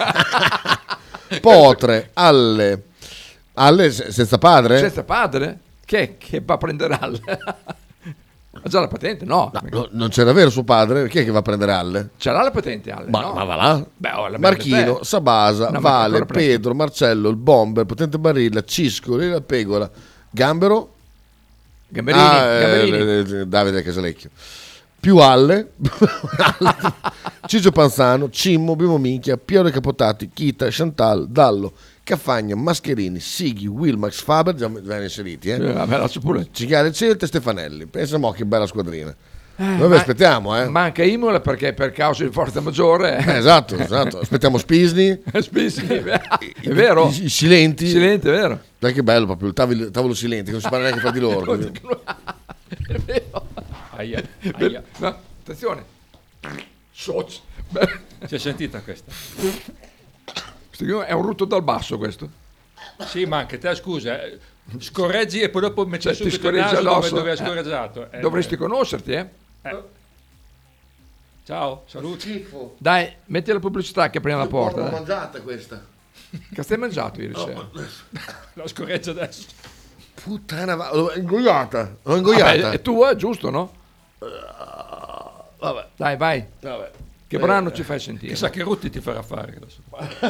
Potre, Alle. Alle se- senza padre? Senza padre? Che, che va a prendere Alle? Ha già la patente? No. No, non c'è davvero suo padre? Chi è che va a prendere Alle? Ce l'ha la patente Alle? Ma, no? ma va là. Beh, oh, la Marchino, te. Sabasa, No, ma Vale, ancora presto. Pedro, Marcello, il Bomber, Potente Barilla, Cisco, la Pegola, Gambero. Gamberini, Ah, eh, Gamberini. eh, Davide Casalecchio. Più Alle, Ciccio Panzano, Cimmo, Bimo Minchia, Piero Capotati, Chita, Chantal, Dallo, Caffagna, Mascherini, Sighi, Wilmax, Faber, già vengono inseriti, eh? Sì, vabbè, la so pure. Cinghiale Celte e Stefanelli. Pensa mo che bella squadrina. Eh, Noi vi ma- aspettiamo, eh? Manca Imola perché per causa di forza maggiore. Eh, esatto, esatto. Aspettiamo Spisni. Spisni, è vero. I, i silenti. Silenti, è vero. Dai che bello proprio il tavolo, il tavolo silenti, non si parla neanche fra di loro. così. È vero. Aia, Beh, aia. no, attenzione. Soc. Si è sentita questa? Questo è un rutto dal basso questo. Sì, ma anche te, scusa, eh, scorreggi e poi dopo metti Cioè, ti subito il scorreggia naso dove, l'osso. dove hai Eh. scorreggiato. Eh, Dovresti eh. conoscerti, eh? Eh. Ciao, saluti. Dai, metti la pubblicità che apriamo la porta. L'ho dai. mangiata questa. Che stai mangiato ieri No, sera? La scorreggia adesso. Puttana, va- l'ho ingoiata. L'ho ingoiata. Vabbè, è tua, è giusto, no? Vabbè. Dai, vai. Vabbè. Che Eh, brano ci fai sentire? Chissà che Rutti ti farà fare adesso.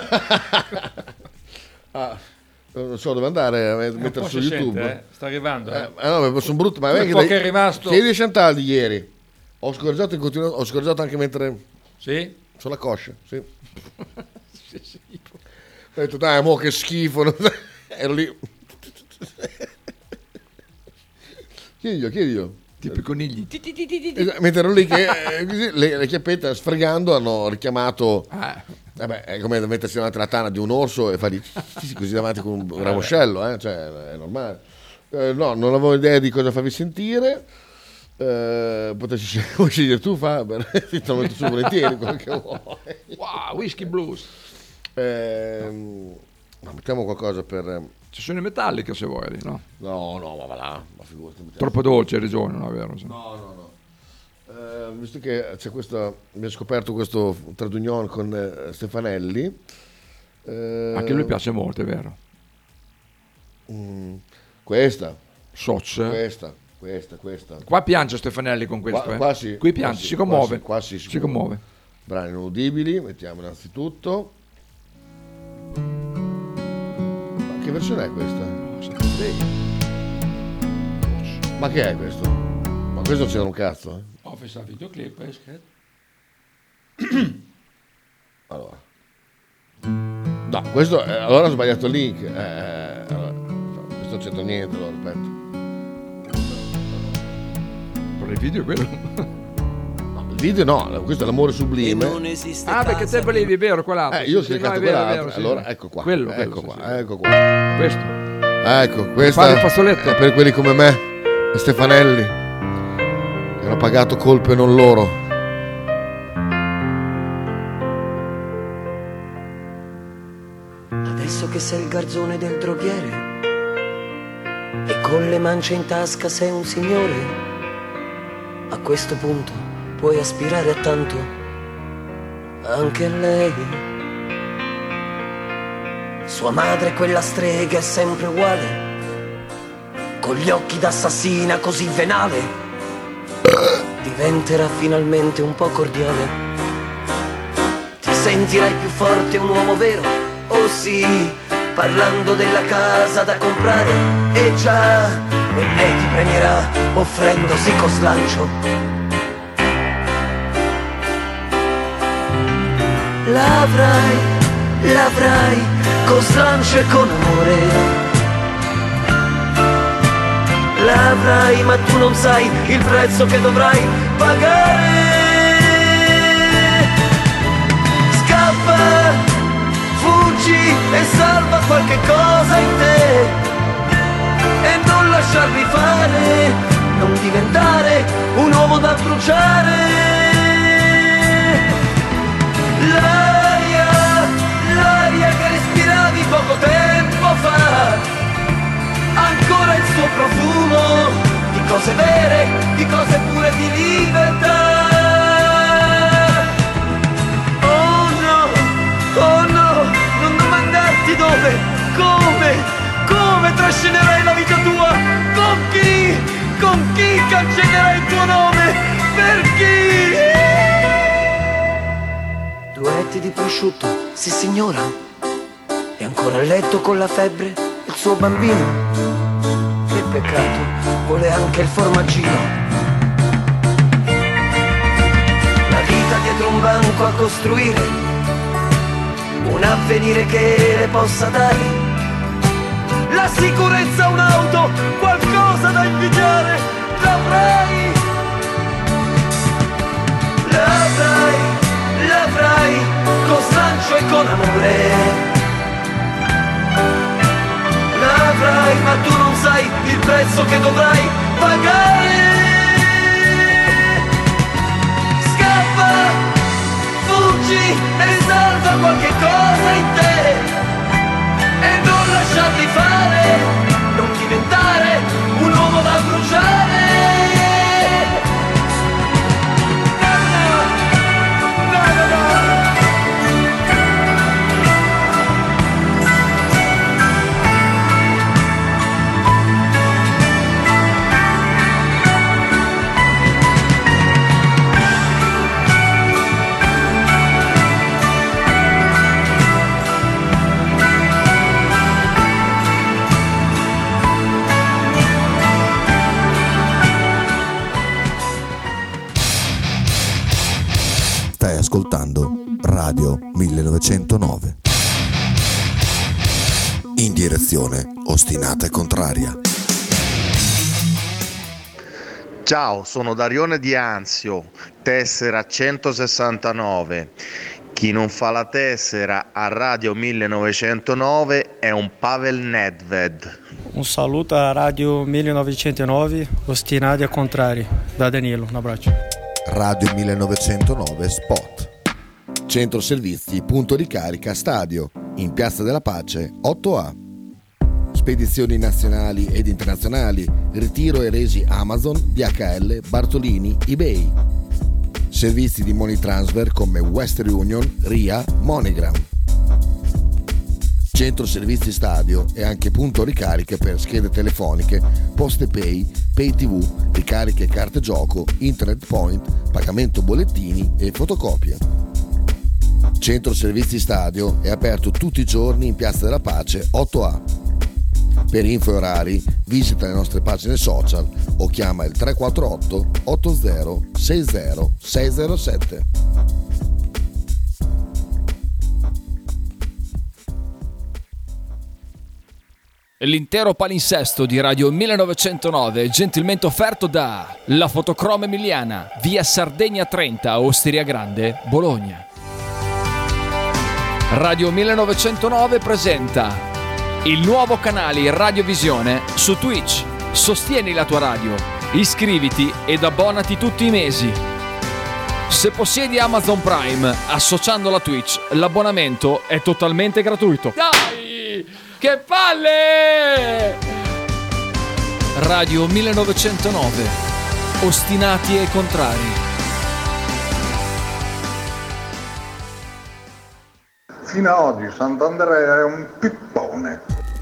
Ah, non so dove andare a Un mettere po' su si YouTube. sente, eh. Sta arrivando. Eh. Eh, eh, no, ma sono brutto, ma Quel vedi po' che che è rimasto. Chiedi a Chantal di ieri. Ho scorreggiato in continuo, ho scorreggiato anche mentre Sì? sulla coscia, sì. Sì, sì. Ho detto dai, mo che schifo. Ero lì. Chiediglielo, chiediglielo. Tipo i conigli. Esatto, mentre ero lì che eh, così, le, le chiappette sfregando hanno richiamato Ah. vabbè, è come mettersi davanti alla tana di un orso e fargli così davanti con un ramoscello, eh? Cioè, è normale. Eh, no, non avevo idea di cosa farvi sentire. Eh, potresti scegliere, vuoi scegliere tu, Faber? Ti metto su volentieri quello che vuoi. Wow, whisky blues. Ehm, ma mettiamo qualcosa per. Ci sono i metallica se vuoi, no? No, no, ma va là, ma figurati. Troppo dolce, hai ragione, no, è vero? Sì. No, no, no. Eh, visto che c'è questa, abbiamo scoperto questo tradunion con eh, Stefanelli. eh, Anche a lui piace molto, è vero. mm, questa, Soc. questa, questa, questa. Qua piange Stefanelli con questo, Qua, eh. qua sì, Qui qua piange, sì, si commuove. Qua sì, qua sì, si sicuro. commuove. Brani non udibili, mettiamo innanzitutto. Ma che versione è questa? Ma che è questo? Ma questo non c'era un cazzo, eh? Office a videoclip, eh, scherzo. Allora. No, questo eh, allora ho sbagliato il link. Eh, allora, no, questo non c'entra niente, allora, aspetta. Con il video è quello. No, il video no, questo è l'amore sublime. Ah, perché te volevi, è vero, quell'altro. Eh, io ho Sì, sì, cliccato no, è vero, è quell'altro, vero, sì, allora sì. ecco qua. Quello, ecco quello, qua, sì, sì. ecco qua. Questo. Ecco, questa Fare il fazzoletto. è per quelli come me e Stefanelli che hanno pagato colpe non loro. Adesso che sei il garzone del droghiere e con le mance in tasca sei un signore, a questo punto puoi aspirare a tanto, anche a lei. Sua madre, quella strega, è sempre uguale, con gli occhi d'assassina così venale, diventerà finalmente un po' cordiale. Ti sentirai più forte, un uomo vero, oh sì, parlando della casa da comprare, e già, e lei ti premierà offrendosi con slancio. L'avrai, l'avrai con slancio e con amore. L'avrai, ma tu non sai il prezzo che dovrai pagare. Scappa, fuggi e salva qualche cosa in te e non lasciarvi fare, non diventare un uomo da bruciare. L'aria, l'aria che respiravi poco tempo fa, ancora il suo profumo di cose vere, di cose pure di libertà. Oh no, oh no, non domandarti dove, come, come trascinerai la vita tua, con chi, con chi cancellerai il tuo nome, per chi? Due etti di prosciutto, sì signora, e ancora a letto con la febbre il suo bambino. Che peccato, vuole anche il formaggino. La vita dietro un banco a costruire un avvenire che le possa dare la sicurezza, un'auto, qualcosa da invidiare. L'avrai, l'avrai, l'avrai con slancio e con amore. L'avrai, ma tu non sai il prezzo che dovrai pagare. Scappa, fuggi e salva qualche cosa in te e non lasciarli fare, non diventare un uomo da bruciare. Stai ascoltando Radio millenovecentonove. In direzione ostinata e contraria. Ciao, sono Darione di Anzio, tessera centosessantanove. Chi non fa la tessera a Radio millenovecentonove è un Pavel Nedved. Un saluto a Radio millenovecentonove, ostinati e contrari, da Danilo, un abbraccio. Radio millenovecentonove Spot. Centro servizi, punto ricarica, stadio, in Piazza della Pace, otto A. Spedizioni nazionali ed internazionali, ritiro e resi Amazon, D H L, Bartolini, eBay. Servizi di money transfer come Western Union, R I A, MoneyGram. Centro servizi stadio e anche punto ricariche per schede telefoniche, poste pay, pay tv, ricariche carte gioco, internet point, pagamento bollettini e fotocopie. Centro servizi stadio è aperto tutti i giorni in Piazza della Pace otto A. Per info e orari visita le nostre pagine social o chiama il tre quattro otto otto zero sei zero sei zero sette. L'intero palinsesto di Radio millenovecentonove è gentilmente offerto da La Fotocroma Emiliana, via Sardegna trenta, Osteria Grande, Bologna. Radio millenovecentonove presenta il nuovo canale Radiovisione su Twitch. Sostieni la tua radio, iscriviti ed abbonati tutti i mesi. Se possiedi Amazon Prime, associandolo a Twitch, l'abbonamento è totalmente gratuito. Dai! Che palle! Radio millenovecentonove. Ostinati e contrari. Fino ad oggi Sant'Andrea è un pippone.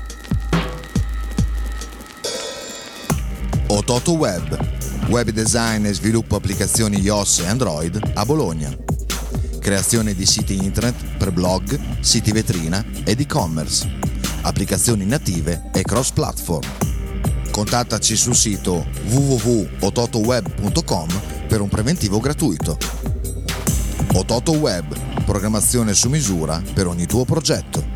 Ototo Web, web design e sviluppo applicazioni iOS e Android a Bologna. Creazione di siti internet per blog, siti vetrina ed e-commerce, applicazioni native e cross-platform. Contattaci sul sito w w w punto ototoweb punto com per un preventivo gratuito. Ototo Web, programmazione su misura per ogni tuo progetto.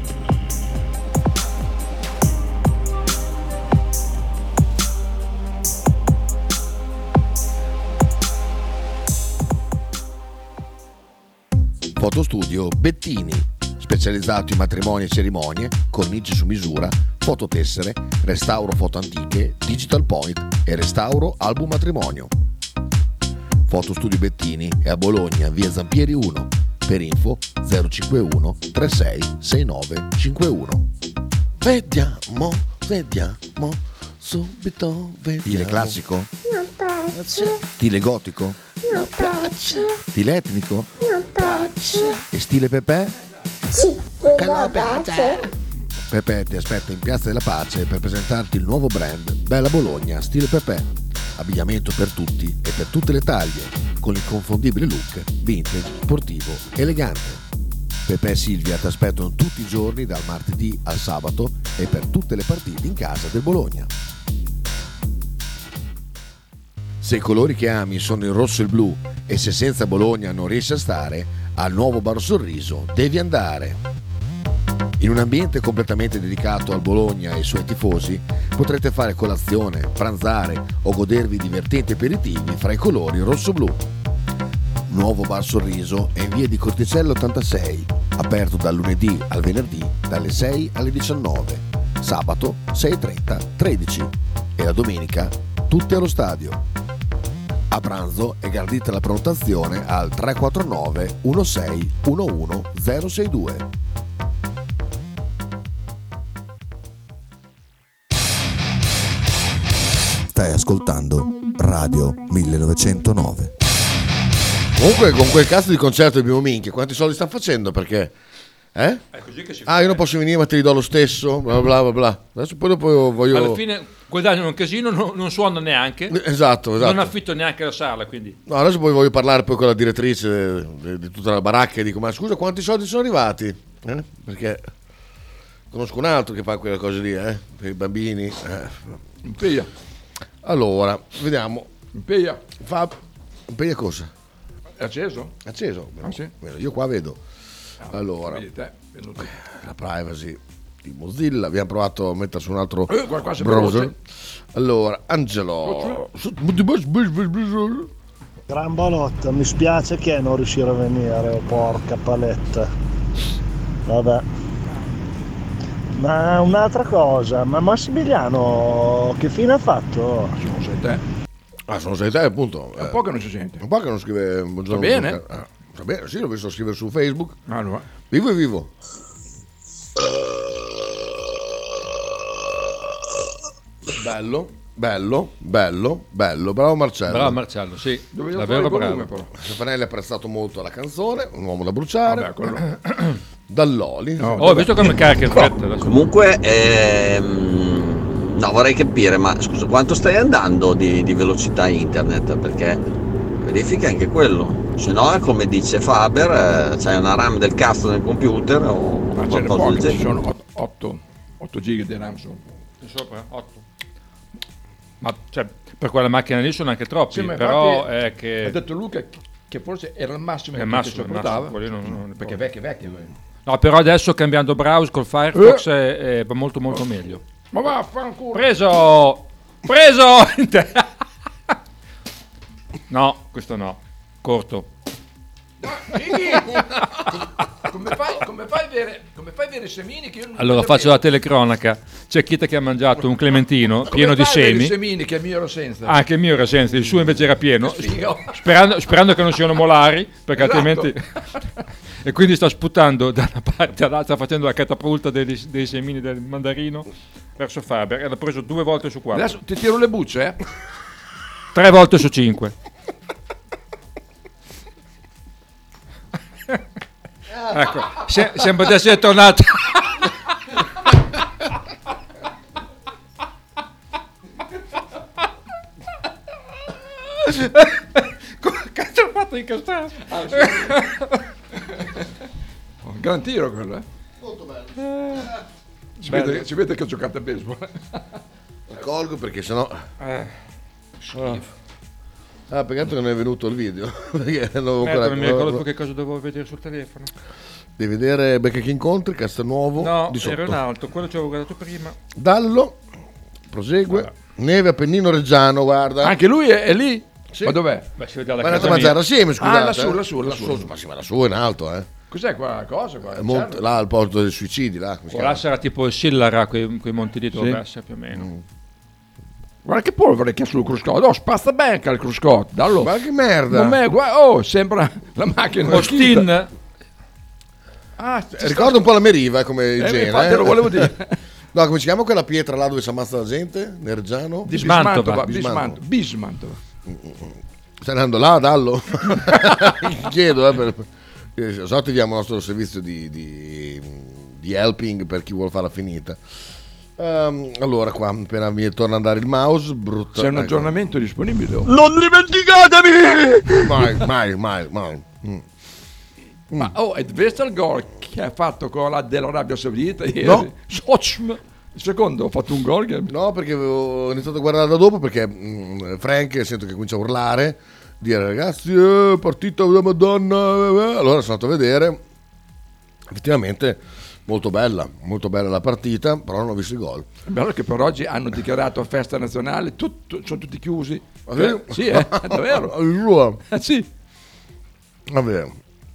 Fotostudio Bettini, specializzato in matrimoni e cerimonie, cornici su misura, fototessere, restauro foto antiche, digital point e restauro album matrimonio. Fotostudio Bettini è a Bologna, via Zampieri uno, per info zero cinquantuno trentasei sessantanove cinquantuno. Vediamo, vediamo, subito vediamo. Stile classico? Non piace. Stile gotico? Non piace. Stile etnico? Non piace. E stile Pepe? Sì, non piace. Pepe ti aspetta in Piazza della Pace per presentarti il nuovo brand Bella Bologna Stile Pepe. Abbigliamento per tutti e per tutte le taglie, con l'inconfondibile look vintage, sportivo, elegante. Pepe e Silvia ti aspettano tutti i giorni dal martedì al sabato e per tutte le partite in casa del Bologna. Se i colori che ami sono il rosso e il blu e se senza Bologna non riesci a stare, al nuovo Bar Sorriso devi andare. In un ambiente completamente dedicato al Bologna e ai suoi tifosi, potrete fare colazione, pranzare o godervi divertenti aperitivi fra i colori rosso-blu. Nuovo Bar Sorriso è in via di Corticello ottantasei, aperto dal lunedì al venerdì dalle sei alle diciannove, sabato sei e trenta tredici e la domenica tutti allo stadio. A pranzo è gradita la prenotazione al tre quattro nove uno sei uno uno zero sei due. Stai ascoltando Radio millenovecentonove. Comunque con quel cazzo di concerto abbiamo minchia, quanti soldi stanno facendo? Perché? Eh? È così che si ah, io non posso venire ma te li do lo stesso, bla bla bla bla. Adesso poi dopo voglio... Alla fine guadagnano un casino, non, non suono neanche. Esatto, esatto. Non affitto neanche la sala, quindi... No, adesso poi voglio parlare poi con la direttrice di, di tutta la baracca e dico, ma scusa, quanti soldi sono arrivati? Eh? Perché conosco un altro che fa quelle cose lì, eh? Per i bambini. Eh. Piglia. Allora, vediamo. Piglia. Fa... Piglia cosa? È acceso? È acceso? Ah, sì? Io qua vedo. Allora, Vedi te, venuto. la privacy di Mozilla, abbiamo provato a mettere su un altro Eh, qua- qua si browser. veloce. Allora, Angelo. Gran balotta, mi spiace che non riuscire a venire, oh, porca paletta. Vabbè. Ma un'altra cosa, ma Massimiliano che fine ha fatto? Sono sei te. Ah, sono sei te, appunto. È un po' che non si sente. Un po' che non scrive buongiorno. Va bene? Ah, va bene, sì, l'ho visto scrivere su Facebook. Allora. Vivo e vivo. Bello, bello, bello, bello. Bravo Marcello. Bravo Marcello, sì. Dovevo Davvero fare il volume, bravo. però. Stefanelli ha apprezzato molto la canzone, Un uomo da bruciare. Vabbè, quello. Dall'Oli. Oh, ho visto come carica in fretta adesso. Comunque, ehm, no, vorrei capire, ma scusa, quanto stai andando di, di velocità internet? Perché verifica anche quello. Se no, è come dice Faber, eh, c'hai una RAM del cazzo nel computer o Ma ce ne qualcosa del poche, ci genere. sono otto giga di RAM su. Sopra? otto. Ma cioè, per quella macchina lì sono anche troppi, Sì, ma però infatti è che... ha detto Luca che forse era il massimo È il che massimo, ti il sopportava. massimo, quelli non- non ne perché può. vecchio vecchio lui. No, però adesso cambiando browser col Firefox eh, eh, va molto molto meglio. Ma vaffanculo. Preso! Preso! No, questo no. Corto. Come fai, come fai a avere, come fai a avere semini che io non Allora vedo faccio bene? la telecronaca. C'è Chita che ha mangiato un clementino Come pieno di fai a avere semi. semini che il mio ero senza? Anche il mio era senza, il suo invece era pieno. Che sfigo. Sperando, sperando che non siano molari, perché Esatto. altrimenti. E quindi sta sputando da una parte all'altra, facendo la catapulta dei, dei semini del mandarino verso Faber. E l'ha preso due volte su quattro. Adesso ti tiro le bucce, eh? Tre volte su cinque. Ecco, se- sembra di essere tornato. Come cazzo ho fatto incastrare? Un gran tiro quello, eh? Molto bello. Si Bello. vede, si vede che ho giocato a baseball. Lo colgo perché sennò. Eh, schifo. Ah, peccato che non è venuto il video. Perché non avevo Merda, ancora- non mi ricordo più che cosa dovevo vedere sul telefono. Devi vedere Becca che incontri, Castelnuovo No, di sotto. era un altro, quello ci avevo guardato prima. Dallo, prosegue. Neve Appennino Reggiano, guarda. Anche lui è, è lì? Sì. Ma dov'è? Beh, si vede alla Ma andate casa a mangiare mia. assieme, scusate. Ah, lassù, eh. lassù, lassù. Ma sì, ma lassù è in alto, eh. Cos'è qua cosa? Qua? È molto- là al posto dei suicidi, là. come si Là chiama? sarà tipo il Sillara, quei, quei monti di dove Sì. essere più o meno. Mm. Guarda che polvere che ha sul cruscotto. Oh, spazza bene il cruscotto. Dallo. Ma che merda. Non è, guarda, oh, sembra la macchina. Austin. Ah, ci sta- Ricorda un po' la Meriva come Eh, igiene. infatti eh. lo volevo dire. No, come si chiama quella pietra là dove si ammazza la gente? Nel Reggiano? Di Bismantova. Bismantova. Bismantova. Stai andando là, Dallo? Chiedo, eh, per... eh, so che diamo il nostro servizio di, di, di helping per chi vuole farla finita. Ehm, allora, qua appena mi torna ad andare il mouse, brutta. C'è un ecco. aggiornamento disponibile. oh. Non dimenticatemi! Mai, mai, mai, mai. Mm. Ma oh, ed visto il gol che ha fatto con la dell'Arabia Saudita ieri? No. Sochm. Il secondo ha fatto un gol che... No, perché avevo iniziato a guardare da dopo perché mm, Frank sento che comincia a urlare, dire ragazzi, eh, partita della Madonna, eh, eh. Allora sono andato a vedere, effettivamente molto bella, molto bella la partita, però non ho visto i gol. È bello che per oggi hanno dichiarato festa nazionale, tutto, sono tutti chiusi. Ah, sì? Sì, eh, è davvero. Allora. Eh, sì. Vabbè.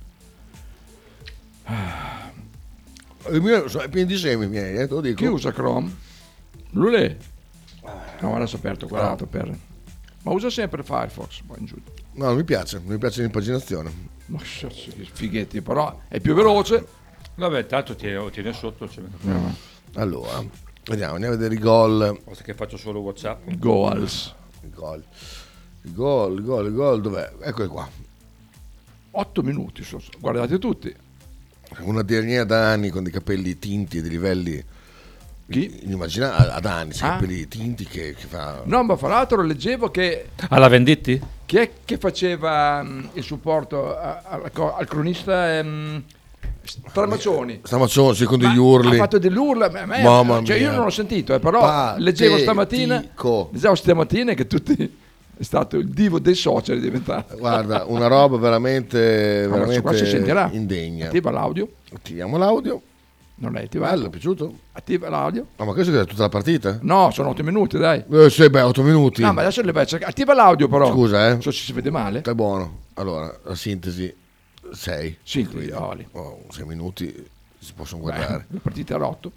I miei sono pieni di semi, i miei, eh, te lo dico. Chi usa Chrome? Lui lì. No, adesso ho aperto quell'altro per... Ma usa sempre Firefox, poi in giù. No, non mi piace, non mi piace l'impaginazione. Ma cazzo, che fighetti, però è più veloce. Vabbè, tanto tiene, tiene sotto. Cioè, no. Allora, vediamo, andiamo a vedere i gol. Basta che faccio solo WhatsApp. Goals. I gol. I gol, i gol, i gol, dov'è? Eccoli qua. Otto minuti, so- guardate tutti. Una dirnia da anni con dei capelli tinti e dei livelli Chi? inimmaginabili, ad anni, sì, Ah. capelli tinti che, che fa... No, ma fra l'altro leggevo che... Alla Venditti? Chi è che faceva mh, il supporto a- al, co- al cronista ehm, Stramaccioni? Stramaccioni, secondo Ma gli urli. ha fatto delle urla, ma- ma- Mamma cioè mia. io non l'ho sentito, eh, però Patetico. leggevo stamattina, leggevo stamattina che tutti è stato il divo dei social è diventato. Guarda, una roba veramente, Ma veramente qua si sentirà. indegna. Attiva l'audio. Attiviamo l'audio. Non l'hai attivato? Bello, è piaciuto? Attiva l'audio. No, ma questo è tutta la partita? No, sono otto minuti, dai. Eh, sì, beh, otto minuti. No, ma adesso le vai a cercare. Attiva l'audio però. Scusa, eh. Non so se si vede male. È buono. Allora, la sintesi, sei. Sintesi, Oli. Oh, sei minuti si possono guardare. Beh, la partita era otto.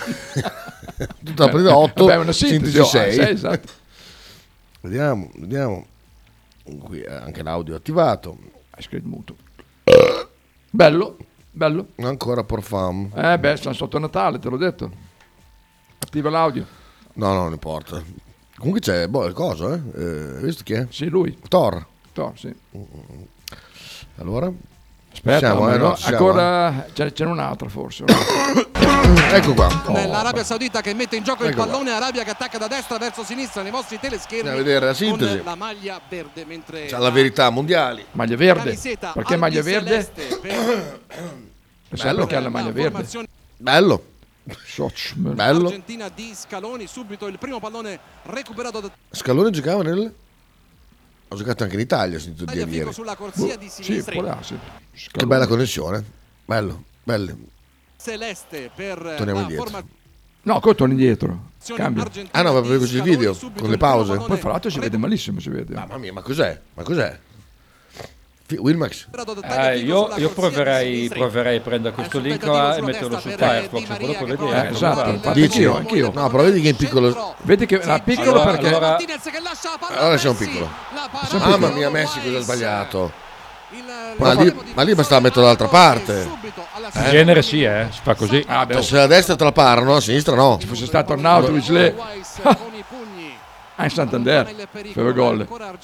Tutta la partita otto, Vabbè, una sintesi, sintesi oh, sei. sei, esatto. Vediamo, vediamo. Qui anche l'audio è attivato. Hai scritto muto. Bello, bello. Ancora por fam. Eh beh, sono sotto Natale, te l'ho detto. Attiva l'audio. No, no, non importa. Comunque c'è boh, il coso, eh? eh hai visto chi è? Sì, lui. Thor. Thor, sì. Allora? Aspetta, Siamo, ma eh, no, no, siamo, ancora c'è, c'è un'altra forse. Ecco qua. L'Arabia Saudita che mette in gioco il Ecco qua. pallone, Arabia che attacca da destra verso sinistra nei vostri teleschermi. Andiamo a vedere la sintesi. Con la maglia verde mentre C'ha la verità mondiali. Maglia verde. Camiseta Perché maglia verde? albiceleste per Sai perché ha la maglia verde? formazione Bello. Sochman. Bello. argentina di Scaloni, subito il primo pallone recuperato da Scaloni giocava nel... Ho giocato anche in Italia, ho sentito dire Tagliafico ieri. sulla corsia di Sì, sinistra. può darsi. Che bella connessione. Bello, bello. Celeste per Torniamo la indietro. formazione. No, poi torni indietro. Cambia. Ah no, ma proprio così il video, con le pause. Poi fra l'altro si vede malissimo, si vede. Mamma mia, ma cos'è? Ma cos'è? Fi- Wilmax? Eh, io, io proverei, proverei a prendere questo link qua e metterlo su Firefox e poi dopo vedere. Eh, esatto, infatti Dici? anch'io, anch'io. No, però vedi che è piccolo. Vedi che era piccolo Allora- perché... allora- Allora siamo piccolo. Siamo Mamma piccoli. mia, Messi cosa ha sbagliato. Ma lì, ma lì basta metterlo dall'altra parte. In genere sì, eh, si fa così. Ah, beh, Cioè, se a destra te la parano, a sinistra no. se fosse stato Arnautovic lì... Ah, in Santander, faceva gol.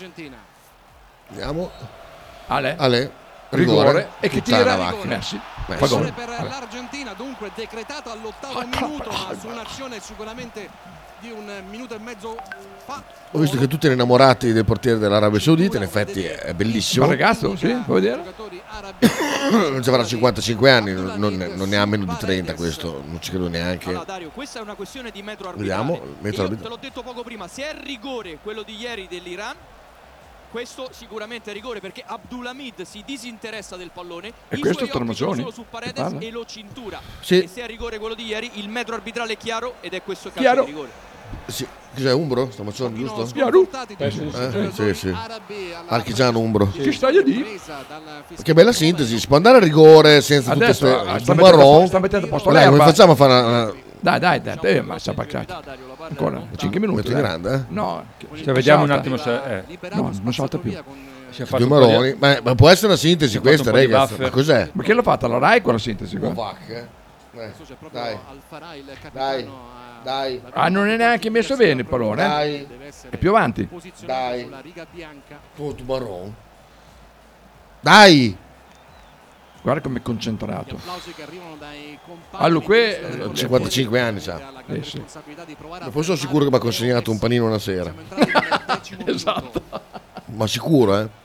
Andiamo. Ale, Ale. rigore, Rigore. e che Puttana tira vacca. Messi. Messi. Fa gol. Per l'Argentina dunque decretato all'ottavo minuto, ma su un'azione sicuramente di un minuto e mezzo fa. Ho visto che tutti erano innamorati del portiere dell'Arabia Saudita, in effetti è bellissimo. Ma ragazzo, sì, vuoi vedere? Non ci avrà cinquantacinque anni, non, non- non ne ha meno di trenta questo, non ci credo neanche. Allora Dario, questa è una questione di metro arbitrale. Vediamo, metro Io arbit- te l'ho detto poco prima, se è rigore quello di ieri dell'Iran, questo sicuramente è rigore perché Abdulhamid si disinteressa del pallone, E i questo suoi è occhi sono Tornagioni, solo su Paredes che parla. e lo cintura. Sì. E se è rigore quello di ieri, il metro arbitrale è chiaro ed è questo il calcio Chiaro. di rigore. Sì. Cos'è Umbro? Stiamo facendo giusto? Chiaro? Eh, sì, sì. Archigiano Umbro. Che stai a dire? Che bella sintesi, si può andare a rigore senza tutte Adesso queste ah, sta marron. mettendo, sta mettendo a posto Dai, come l'erba. facciamo a fare una, una- Dai, dai, dai, eh, ma sta pacciato. Ancora cinque minuti. Metto dai. grande, eh? No, che- Cioè, vediamo un salta. attimo se... Eh. No, non salta più. Si è fatto due un po' di- marroni? Ma, ma può essere una sintesi si è fatto questa, un po' di ragazzi? buffer. Ma cos'è? Ma che l'ha fatta la Rai quella sintesi qua? Kovac, eh? Eh, Dai, dai, dai, Ah, non è neanche messo bene il pallone, eh? dai, È più avanti. dai. Oh, tu marron. Dai! Guarda come è concentrato. Allora, qui eh, cinquantacinque anni, sa. eh, sì. Ma poi sono sicuro che mi ha consegnato un panino una sera. Esatto. Ma sicuro, eh?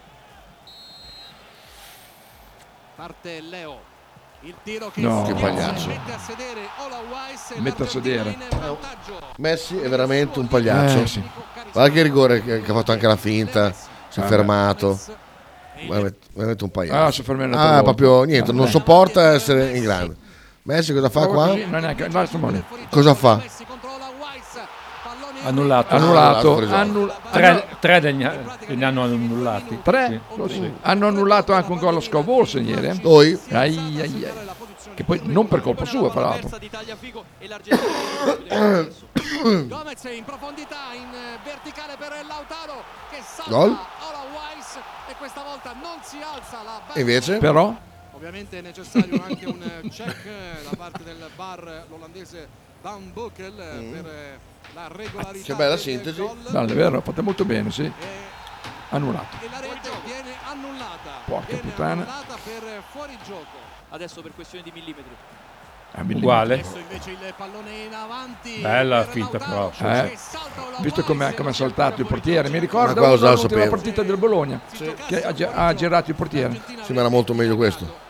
Parte Leo. Il tiro che No. si Che pagliaccio. mette a sedere Olawais e Mette a sedere. l'Argentina in vantaggio. Messi è veramente un pagliaccio. Eh, sì. Guarda che rigore che, che ha fatto anche la finta. Si è Ah, fermato. Veramente, veramente un pagliaccio. Ah, si è fermato Ah, un'altra proprio volta. niente, non Eh. sopporta essere in grande. Messi cosa fa qua? Così, non è neanche- no, insomma, lì. Cosa fa? Annullato. Annullato. fuori gioco. annull- Tre, tre ne, ne hanno annullati. Tre? Sì. Hanno annullato anche un gol a Scovolsen ieri. eh? Poi? Ai, ai, ai. Che poi non per colpa sua, fra l'altro. Gomez in profondità in verticale per Lautaro che salta Gol. Olawais e questa volta non si alza la E invece? Però? Ovviamente è necessario anche un check da parte del bar l'olandese Van Boekel per eh, la regolarità. Che bella del sintesi. gol. No, è vero, fate molto bene, sì. Annullato. E la rete viene annullata. Porca viene puttana. annullata per fuorigioco. Adesso per questione di millimetri. A millimetri. Uguale. Adesso invece il pallone in avanti. Bella per finta Lautaro, però. Eh, che salta Olawais visto come ha saltato il portiere, mi Ma ricordo qua lo l'ultima sapevo. partita del Bologna che ha, gi- ha girato il portiere. Sì, ma era molto meglio questo.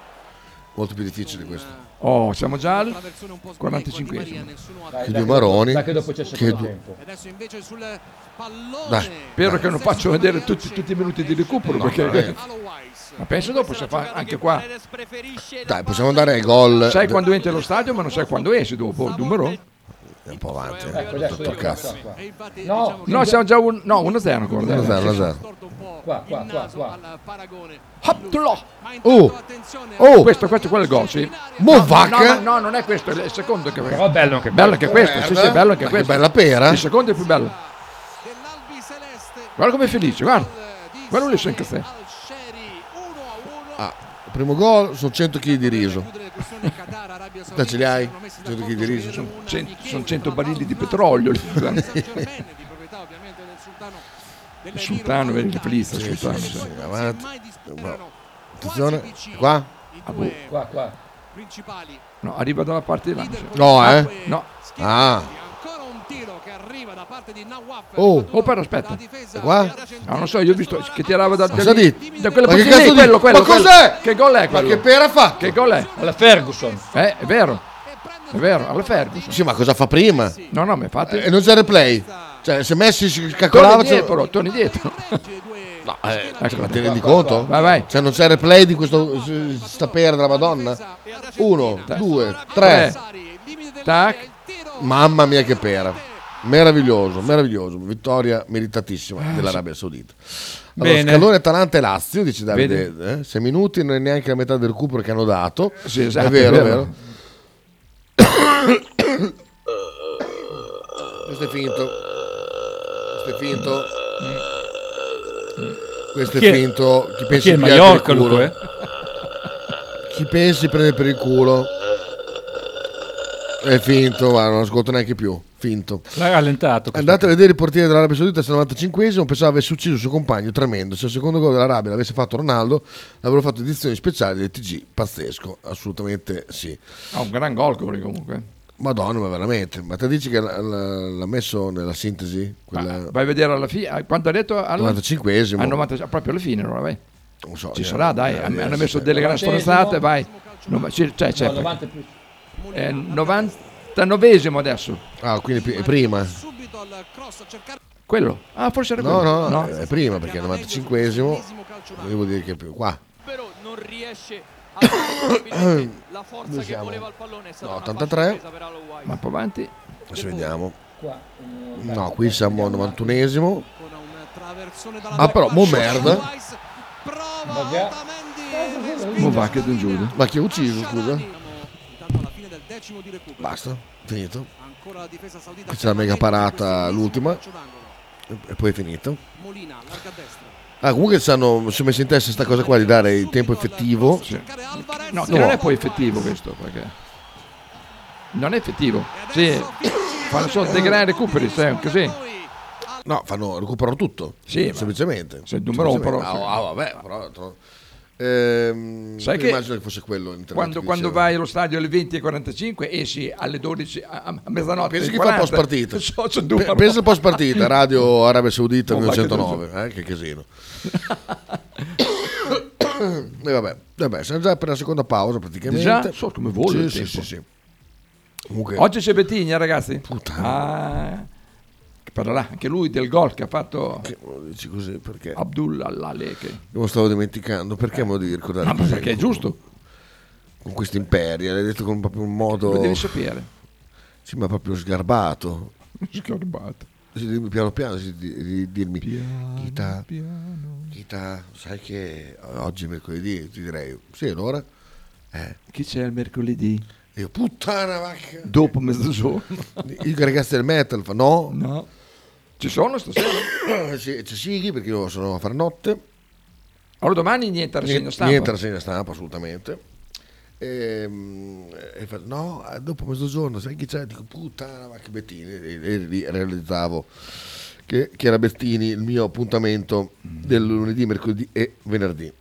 Molto più difficile questo. Oh, siamo già al quarantacinquesimo. Che due maroni. Dai che dopo c'è il Che secondo due- tempo. Adesso invece sul pallone. Dai. Spero che non faccio vedere tutti, tutti i minuti di recupero, perché... Olawais. Ma penso dopo se fa anche qua. Dai, possiamo andare ai gol. Sai quando entri allo stadio, ma non sai quando esci dopo. Il numero? È un po' avanti. Ecco, eh. adesso Tutto il io cazzo. qua, qua. E infatti, No, diciamo che No, siamo già un... No, uno a zero ancora. uno a zero, uno a zero. storto un po' Qua, qua, il qua, naso qua. al paragone. Abdullah. Ma intanto Oh. attenzione, Oh. Questo, questo è quello il gol, sì. Movac. No, no, no, non è questo, è il secondo che Però è bello anche bello anche questo, sì, sì, è bello anche Ma che questo. bella pera. Il secondo è più bello. dell'Albi Celeste. Guarda come è felice, guarda. Guarda lì su in caffè. Al Sheri uno a uno. Ah, il primo gol sono cento chili di riso. Chiudere le questioni Qatar, Arabia Te Saudita, ce li hai? si erano messi cento chili di d'accordo riso. per un Cent- weekend sono cento barili di petrolio lì. Saint Germain, di proprietà ovviamente del sultano Il sultano, vedi che felice il sultano. Sì, sì. avanti. mai disputeranno Attenzione. quasi vicini Qua? i Ah, due boh. Qua, qua. principali. No, arriva dalla parte di là. sì. No, eh. No. Ah. Ancora un tiro che arriva da parte di Nawaf. Oh. Oh, però aspetta. E qua? No, non so, io ho visto che tirava da, da, Cosa dite? da quella Ma che posizione cazzo lì, dite? quello, quello, Ma quello. cos'è? Che gol è Ma quello? che pera ha fatto? Che gol è? Alla Ferguson. Eh, è vero. È vero, alla Ferguson. Sì, ma cosa fa prima? No, no, ma infatti... E non c'è replay. Cioè, se Messi si Torni calcolava... c'è- dietro, torni dietro. No, eh, Ecco, ma ti rendi conto? Vai, vai. Cioè, non c'è replay di questo sta pera della Madonna? Uno, due, tre. Tac. Mamma mia che pera. Meraviglioso, meraviglioso. Vittoria meritatissima Ah, dell'Arabia Saudita. Allora, Bene. Scalone, Atalanta e Lazio, dice Davide, Vedi? eh? sei minuti, non è neanche la metà del recupero che hanno dato. Sì, esatto, è vero, è è vero. vero. Questo è finto. Questo è finto. Questo Chi è è- finto. Chi pensa chi è di Mallorca, per il culo? lui, eh? Chi pensi prende per il culo? È finto, guarda, non ascolto neanche più. Finto. L'ha rallentato. Andate a vedere il portiere dell'Arabia Saudita al novantacinquesimo, pensava avesse ucciso il suo compagno, tremendo. Se il secondo gol dell'Arabia l'avesse fatto Ronaldo, avrebbero fatto edizioni speciali del T G. Pazzesco, assolutamente sì. Ha un gran gol quello lì comunque. Madonna, ma veramente. Ma te dici che l'ha, l'ha messo nella sintesi? Quella... Vai a vedere alla fine. Quanto ha detto? Al novantacinquesimo. Al novanta, proprio alla fine, allora vai. Non so, Ci eh, sarà, dai. eh, Hanno eh, hanno sì, messo sì. delle grandi sforzate, vai. No, sì, cioè, c'è, No, novanta più. è novantanovesimo adesso. Ah, quindi è prima. Quello? Ah, forse era No, quello. no, è prima perché è il novantacinquesimo. Devo dire che è più qua. Però non riesce a fare la forza Dove che siamo? voleva il pallone. È stata No, una ottantatré. facile presa per Holloway. Ma più avanti. Adesso vediamo. Qua. No, qui siamo al novantunesimo. Ah, però, mo merda. Mo va che giù. Ma chi ha ucciso, scusa? Basta, finito. Qui c'è la mega parata, l'ultima. E poi è finito. Ah, comunque ci hanno si è messo in testa questa cosa qua di dare il tempo effettivo. No, che non è poi effettivo questo, perché non è effettivo. Sì, fanno solo dei grandi recuperi, sai, così. No, fanno, recuperano tutto. Sì, ma- semplicemente. se il numero un però- Ah, ah, vabbè, però. tro- Ehm, Sai io che immagino che fosse quello. l'intervento Quando, che quando diceva. vai allo stadio alle venti e quarantacinque esci alle dodici a, a mezzanotte. Pensa e che fa quaranta. post partita. So, c'è Pe- due- Pensa al post partita, Radio Arabia Saudita Oh, ma che millenovecentonove, eh, che casino. E vabbè, vabbè, siamo già per la seconda pausa praticamente. Già? So come vola sì, il sì, tempo. sì, sì. Comunque, Oggi c'è Bettigna, ragazzi. Puttana. Ah, che parlerà anche lui del gol che ha fatto che me lo dici così perché? Abdullah Laleke. Io me lo stavo dimenticando, perché me lo devi ricordare? Ma così? perché è giusto. Con questo imperio, l'hai detto con proprio un modo. Lo devi sapere. Sì, ma proprio sgarbato. Sgarbato. Sì, dimmi piano piano, sì, di, di- dirmi Chita, Chita, sai che oggi è mercoledì, ti direi, sì, allora? Eh. Chi c'è il mercoledì? E io, puttana vacca! Dopo mezzogiorno. I ragazzi del metal fa no? No. Ci sono stasera? Sì, c'è Sighi perché io sono a fare notte. Allora domani niente rassegna Niente, stampa. niente rassegna stampa, assolutamente. E, e fa, no, dopo mezzogiorno, sai chi c'è? Dico, puttana, ma che Bettini. E, e lì realizzavo che, che era Bettini il mio appuntamento del lunedì, mercoledì e venerdì.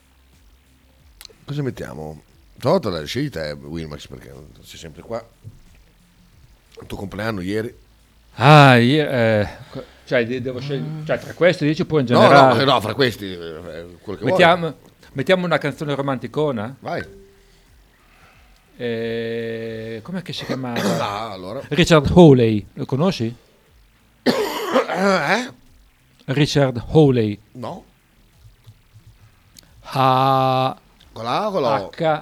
Cosa mettiamo? Stavolta la scelta è Winmax perché sei sempre qua. Il tuo compleanno ieri. Ah, io, eh, co- cioè, de- devo scegliere, cioè, tra questi dici poi in No, generale. no, no, fra questi, eh, quello che mettiamo, mettiamo una canzone romanticona. Vai. Eh, com'è che si chiamava? Ah, allora. Richard Hawley, lo conosci? Eh? Richard Hawley. No. Ha Con la A o con la O? H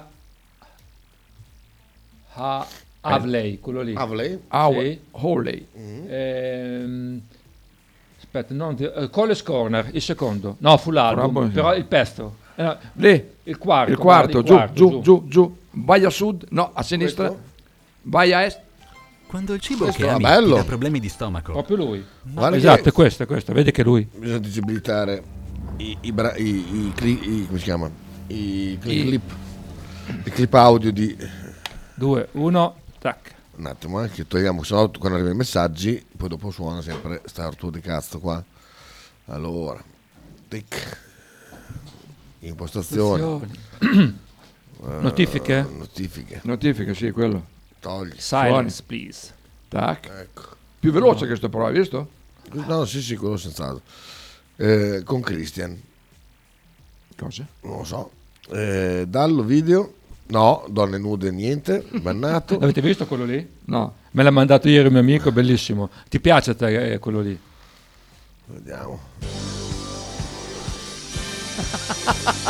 Ha Havley, quello lì. Havley? Haw- Sì. Hawley. Ehm, aspetta, non ti- eh, Cole's Corner, il secondo. No, fu l'album, Bravo. però il pezzo. Eh, no, Lì. il quarto. Il quarto, guarda, il giù, quarto, giù, giù, giù. Vai a sud, no, a sinistra. Questo? Vai a est. Quando il cibo Questo che è ami bello. ti dà problemi di stomaco. Proprio lui. Guarda Esatto, che è questo, è questo. Vedi che lui. bisogna disabilitare i, i, bra- i, i, cli- i- come si chiama? I, I- clip, i clip audio di Due, uno, tac. un attimo, eh, che togliamo, se no quando arrivano i messaggi, poi dopo suona sempre sta arturo di cazzo qua. Allora, tic. Impostazione. Eh, Notifiche? notifiche. Notifica, sì, quello. Togli. Silence, please. Tac. Ecco. Più veloce questo però, hai visto? No, sì, sì, quello senz'altro. Eh, con Christian. Cosa? Non lo so. Eh, dallo video. No, donne nude, niente. Bannato. L'avete visto quello lì? No. Me l'ha mandato ieri un mio amico, bellissimo. Ti piace a te eh, quello lì? Vediamo.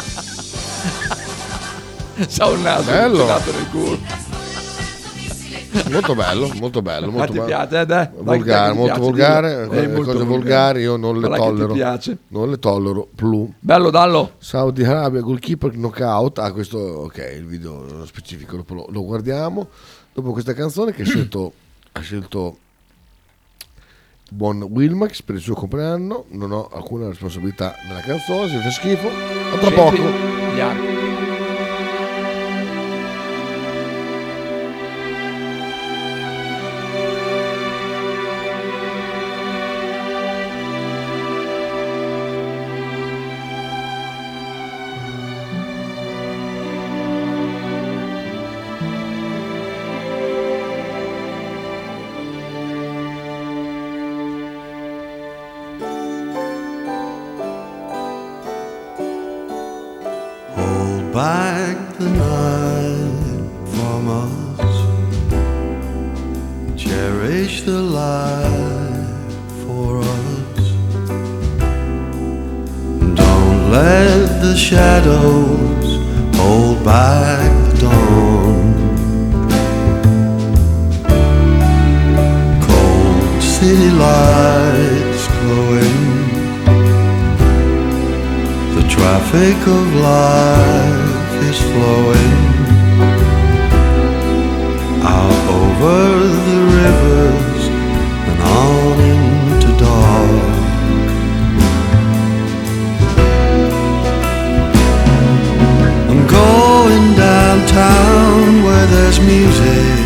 C'ha un naso Bello. dato nel culo. Molto bello, molto bello. Molto Ma ti bello. piace, eh, dai? Volgare, Dai, molto piace, volgare. dillo. Le È molto cose volgare. volgari io non le Guarda che ti tollero. piace. Non le tollero più. Bello, dallo. Saudi Arabia, goalkeeper knockout. Ah, questo, ok, il video specifico dopo lo, lo guardiamo. Dopo questa canzone che ha scelto, ha scelto buon Wilmax per il suo compleanno. Non ho alcuna responsabilità nella canzone, si fa schifo. A tra Scendi poco. gli archi. Hold back the night from us. Cherish the light for us. Don't let the shadows hold back the dawn. Cold city lights glowing. The traffic of life is flowing out over the rivers and on into dark. I'm going downtown where there's music.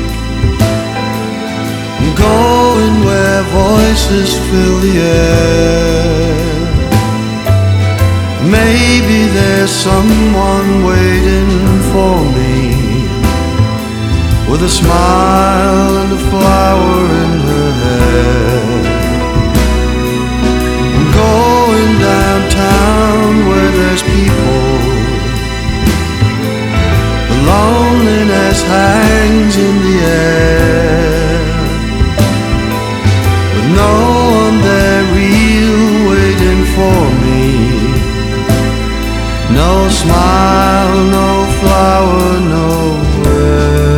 I'm going where voices fill the air. Maybe there's someone waiting for me with a smile and a flower in her hair. I'm going downtown where there's people. The loneliness hangs in the air, with no one there real waiting for me. No smile, no flower, nowhere.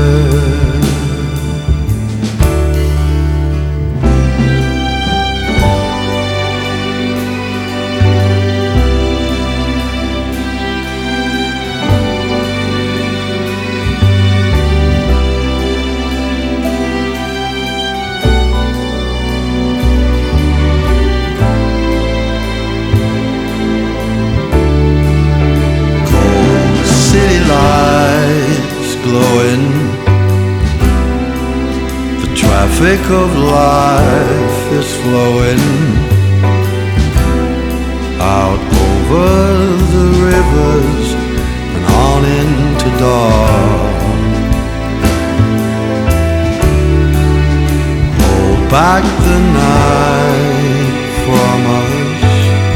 Lights glowing. The traffic of life is flowing out over the rivers and on into dark. Hold back the night from us.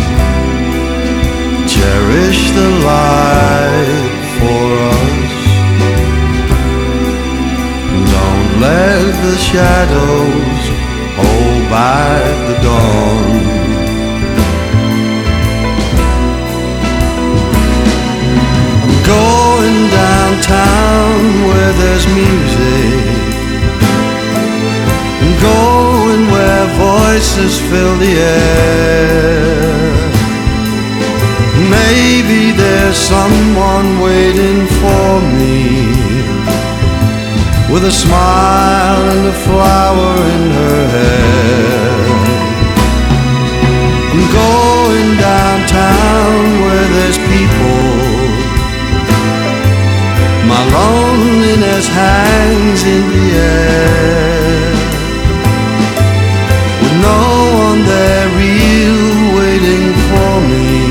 Cherish the light for us. Don't let the shadows hold back the dawn. I'm going downtown where there's music. I'm going where voices fill the air. Maybe there's someone waiting for me with a smile and a flower in her hair. I'm going downtown where there's people. My loneliness hangs in the air, with no one there real waiting for me.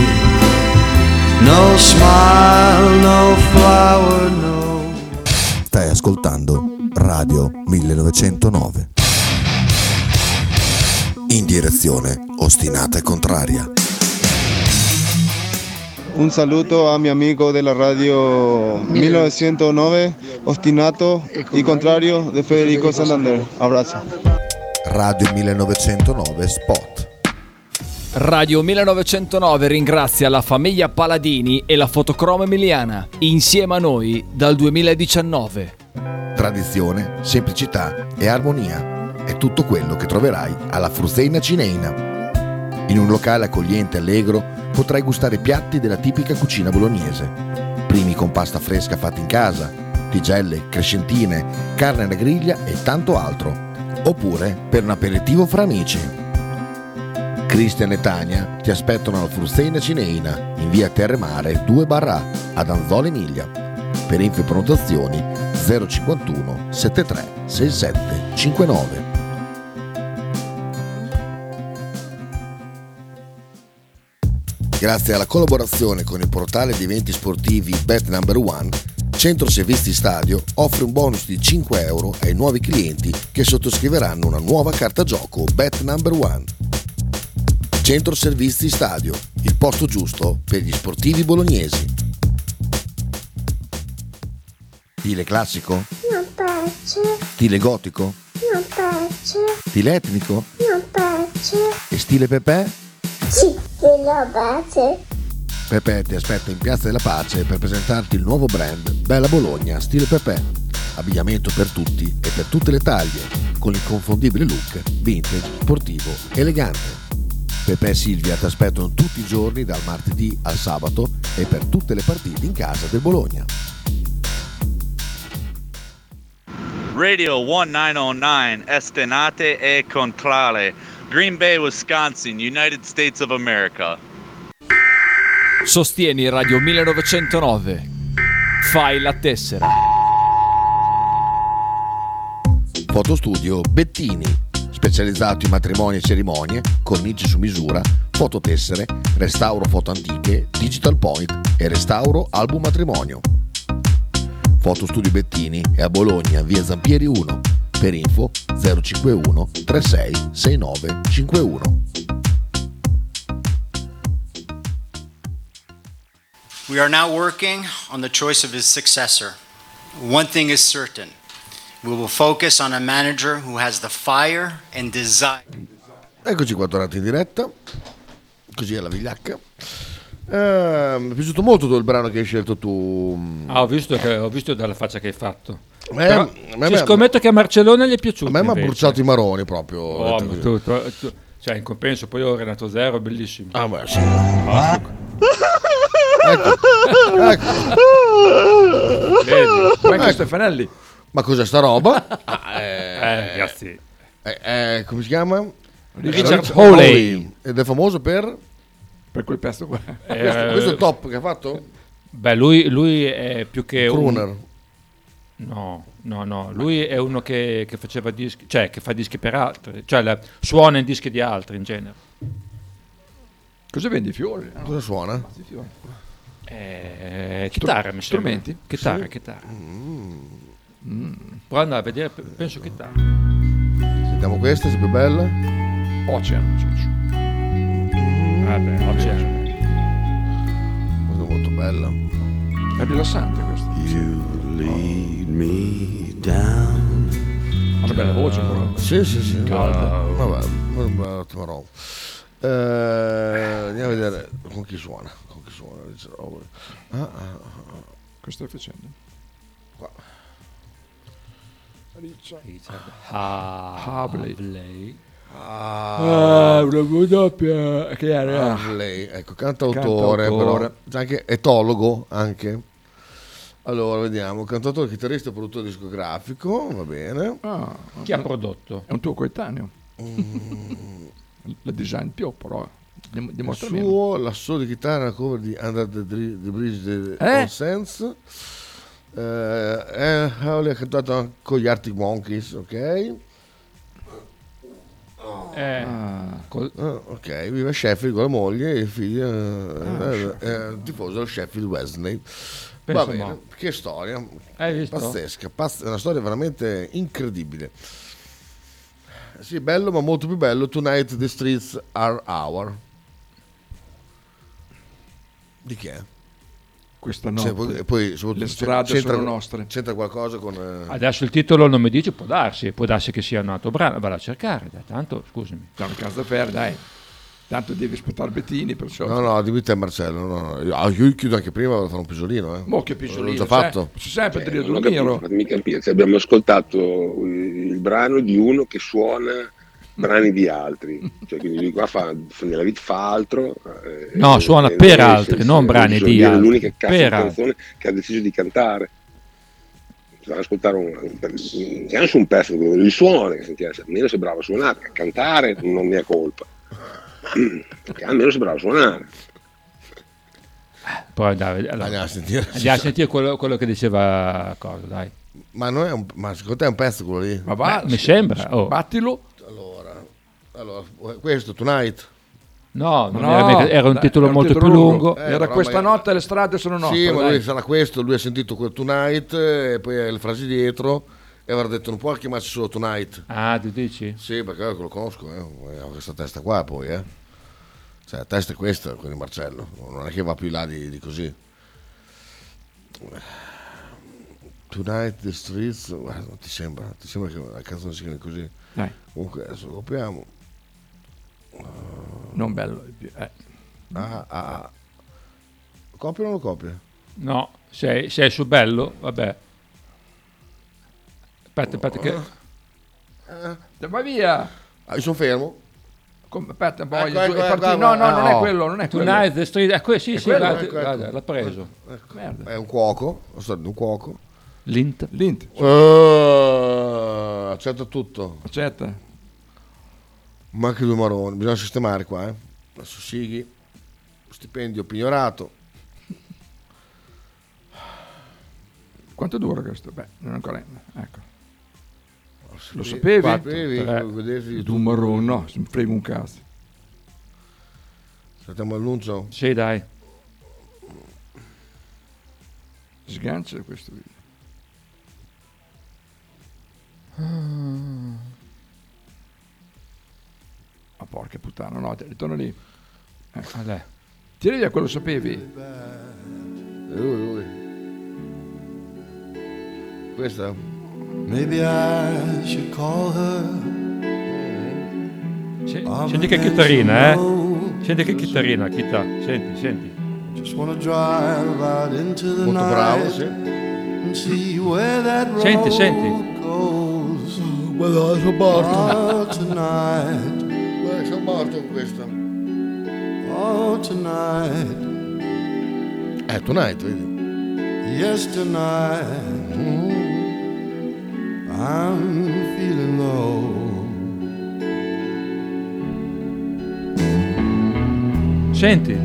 No smile, no flower, no. Stai ascoltando Radio millenovecentonove. In direzione ostinata e contraria. Un saluto a mi amico della radio millenovecentonove, ostinato y contrario de Federico Santander. Abrazo. Radio millenovecentonove Spot. Radio millenovecentonove ringrazia la famiglia Paladini e la Fotocromo Emiliana, insieme a noi dal duemiladiciannove. tradizione, semplicità e armonia. È tutto quello che troverai alla Fruzeina Cineina. In un locale accogliente e allegro potrai gustare piatti della tipica cucina bolognese. Primi con pasta fresca fatta in casa, tigelle, crescentine, carne alla griglia e tanto altro. Oppure per un aperitivo fra amici. Cristian e Tania ti aspettano alla Fruzeina Cineina in via Terremare due barra A ad Anzola Emilia. Per info e prenotazioni zero cinquantuno settantatré sessantasette cinquantanove. Grazie alla collaborazione con il portale di eventi sportivi Bet Number One, Centro Servizi Stadio offre un bonus di cinque euro ai nuovi clienti che sottoscriveranno una nuova carta gioco Bet Number One. Centro Servizi Stadio, il posto giusto per gli sportivi bolognesi. Stile classico? Non piace. Stile gotico? Non piace. Stile etnico? Non piace. E stile Pepe? Sì, lo piace. Pepe ti aspetta in Piazza della Pace per presentarti il nuovo brand Bella Bologna Stile Pepe. Abbigliamento per tutti e per tutte le taglie, con l'inconfondibile look vintage, sportivo, elegante. Pepe e Silvia ti aspettano tutti i giorni dal martedì al sabato e per tutte le partite in casa del Bologna. Radio millenovecentodiciannove, Estenate e Contrale, Green Bay, Wisconsin, United States of America. Sostieni Radio millenovecentonove. Fai la tessera. Fotostudio Bettini, specializzato in matrimoni e cerimonie, cornici su misura, fototessere, restauro foto antiche, digital point e restauro album matrimonio. Fotostudio Bettini è a Bologna, via Zampieri uno. Per info zero cinquantuno trentasei sessantanove cinquantuno. We are now working on the choice of his successor. One thing is certain. We will focus on a manager who has the fire and desire. Eccoci qua tornati in diretta. Così è la vigliacca. Eh, mi è piaciuto molto il brano che hai scelto tu. Ah, ho visto, che, ho visto dalla faccia che hai fatto. Eh, Però, ma- ci ma- scommetto che a Marcellone gli è piaciuto. A me mi ha invece. bruciato i maroni proprio. Oh, detto ma così. tu, tu, tu- cioè, in compenso, poi ho Renato Zero, bellissimo. Ah, beh, sì. Ah, Ecco. Ecco. Vedi? Franco Ecco. Stefanelli. Ma cos'è sta roba? Ah, Eh, ragazzi. eh, eh, come si chiama? Richard Hawley. Ed è famoso per? Per quel pezzo qua. Eh, questo, questo è il top che ha fatto? Beh, lui, lui è più che Crooner. un... No, no, no. Lui è uno che, che faceva dischi, cioè che fa dischi per altri, cioè la- suona in dischi di altri in genere. Cosa vendi? Fiori? No? Cosa suona? Sì, fiori. Eh, chitarra, mi sembra. Strumenti? Chitarra, Sì. chitarra. Mm. Può andare a vedere, pe- penso chitarra. Sentiamo questa, è più bella. Ocean. Vabbè, Ocean. Questa è molto bella. È rilassante questo. You lead me down. Ha una bella voce però. Sì, sì, sì. Calda. Vabbè, vabbè, ottima roba. Eh, andiamo a vedere con chi suona. Con chi suona. Ah, ah, ah. Cosa stai facendo? Qua. Ah, Habley. Ah, una V doppia. Che era? Ah, lei, ecco, cantautore, Cantautore. però c'è anche etologo anche. Allora, vediamo, cantautore, chitarrista, produttore discografico, va bene. Ah, Chi ha prodotto? È un tuo coetaneo. Mm, La design più, però. Dim- il Dimostra meno. suo, la solo di chitarra, una cover di Under the, Dri- the Bridge Eh? on Sense. Eh, eh, Howley ha cantato anche con gli Arctic Monkeys, ok. Eh, col- Ah, ok, vive a Sheffield con la moglie e il figlio Ah, eh, è eh, tifoso del Sheffield Wednesday. Va Pensa bene, mo'. che storia Hai visto? pazzesca, pazz- è una storia veramente incredibile. Sì, bello, ma molto più bello Tonight the Streets Are Our. Di chi è? Questa Cioè, notte. poi, poi, soprattutto, Le c'è- strade c'entra, sono nostre. c'entra qualcosa con eh, Adesso il titolo non mi dice, può darsi, può darsi che sia un altro brano, vado a cercare, dai, tanto scusami. C'è un cazzo da fare, dai. Tanto devi aspettare Bettini, perciò. No, no, dimmi te Marcello. No, no. Ah, io chiudo anche prima, vado a fare un pisolino. Eh. Mo che pisolino? L'ho già fatto. C'è sempre Cioè, Drio non ho capito, Dormiro. fatemi capire. Cioè, abbiamo ascoltato il brano di uno che suona brani di altri, cioè, quindi lui qua fa, nella vita fa altro. Eh, No, suona e per noi altri, se- non se- brani se- di è altri. l'unica cazzo Per di canzone che ha deciso di cantare. Bisogna ascoltare un, un, un, su un pezzo dove lui suona, che sentiamo, almeno se è bravo a suonare, a cantare non ne è colpa, perché almeno se è bravo a suonare. Poi dai, allora, Andiamo a sentire. andiamo a sentire quello, quello che diceva cosa, dai. Ma, non è un, ma secondo te è un pezzo quello lì? Ma va, Beh, mi sembra, oh. Battilo. Allora, allora, questo, Tonight. No, non No, era, mica- era un dai, titolo era un molto titolo più lungo. lungo. Eh, Era però questa magari- notte le strade sono nostre. Sì, ma dai. lui sarà questo, lui ha sentito quel Tonight e poi ha le frasi dietro e avrà detto non può chiamarsi solo Tonight. Ah, tu dici? Sì, perché lo conosco, eh. Ho questa testa qua poi, eh. Cioè, la testa è questa, quindi Marcello, non è che va più in là di, di così. Tonight the streets, guarda, non ti sembra, ti sembra che la canzone si chiami così? Dai. Comunque adesso lo copriamo. Non bello. Eh. Ah, ah, ah. Copia o non lo copia? No, sei, sei su bello, vabbè. Aspetta, aspetta che... Eh, Vai via. Ah, io sono fermo. Come, aspetta, poi, Ecco, ecco, è partito- ecco, no, no, non è no. quello, non è quello. Tonight the street, ecco, sì, È sì, quello? guarda, Ecco, ecco. guarda, l'ha preso. Ecco. Merda. È un cuoco, lo sto dicendo, un cuoco. Lint. Lint. Uh, accetta tutto. Accetta. Ma anche due maroni, bisogna sistemare qua, eh. Adesso Sighi, stipendio pignorato. Quanto dura questo? Beh, non è ancora. Ecco. Lo sapevi? Quattro, Eh. vedevi Tu marrone, no, mi frega un cazzo. Aspettiamo l'annuncio. Sì, dai. Sgancia questo video. Ah, porca puttana, no, te- ritorno lì. Ecco. Vabbè. Tiri via quello sapevi. Lui, lui. Questa? Maybe I should call her. Sì, senti che chitarrina, eh? Senti che chitarrina, chita. Senti, senti. Just wanna drive out into the Molto night bravo, sì. and see where that road Senti, senti. goes. Ma no, sono morto. Oh, tonight. Ma sono morto con questa. Oh, tonight. Eh, Tonight, vedi. Yes, tonight. I'm feeling low. Senti.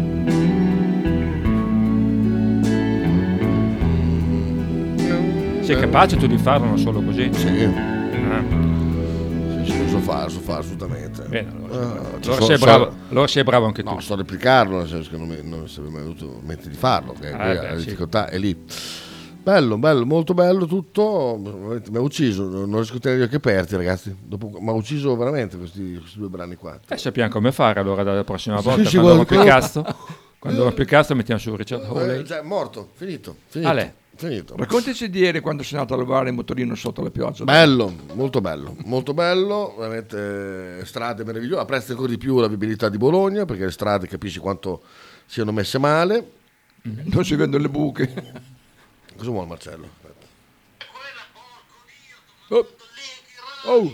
Sei capace tu di farlo non solo così? Sì. Ah. Sì, sì, lo so fare, lo so fare assolutamente. Bene, allora, Ah, allora so- sei so- bravo, allora sei bravo anche tu. No, so replicarlo, nel senso che non mi, non mi sarebbe mai venuto in mente di farlo, che Ah, poi beh, la sì. difficoltà è lì. Bello, bello, molto bello tutto. Mi ha ucciso, non riesco a tenere gli occhi aperti, ragazzi. Mi ha ucciso veramente questi, questi due brani qua. Eh, sappiamo come fare allora dalla prossima Sì, volta. ci Quando vuole rompi il quello. cazzo, quando rompi il cazzo mettiamo su Richard Hawley. Eh, cioè, morto, finito, finito. Ale. finito. Raccontaci di ieri quando sei andato a lavare il motorino sotto la pioggia. Bello, molto bello, molto bello, veramente eh, strade meravigliose. Apprezzo ancora di più la viabilità di Bologna, perché le strade capisci quanto siano messe male. Non si vedono le buche. Cosa vuole Marcello? Aspetta. Oh. Oh.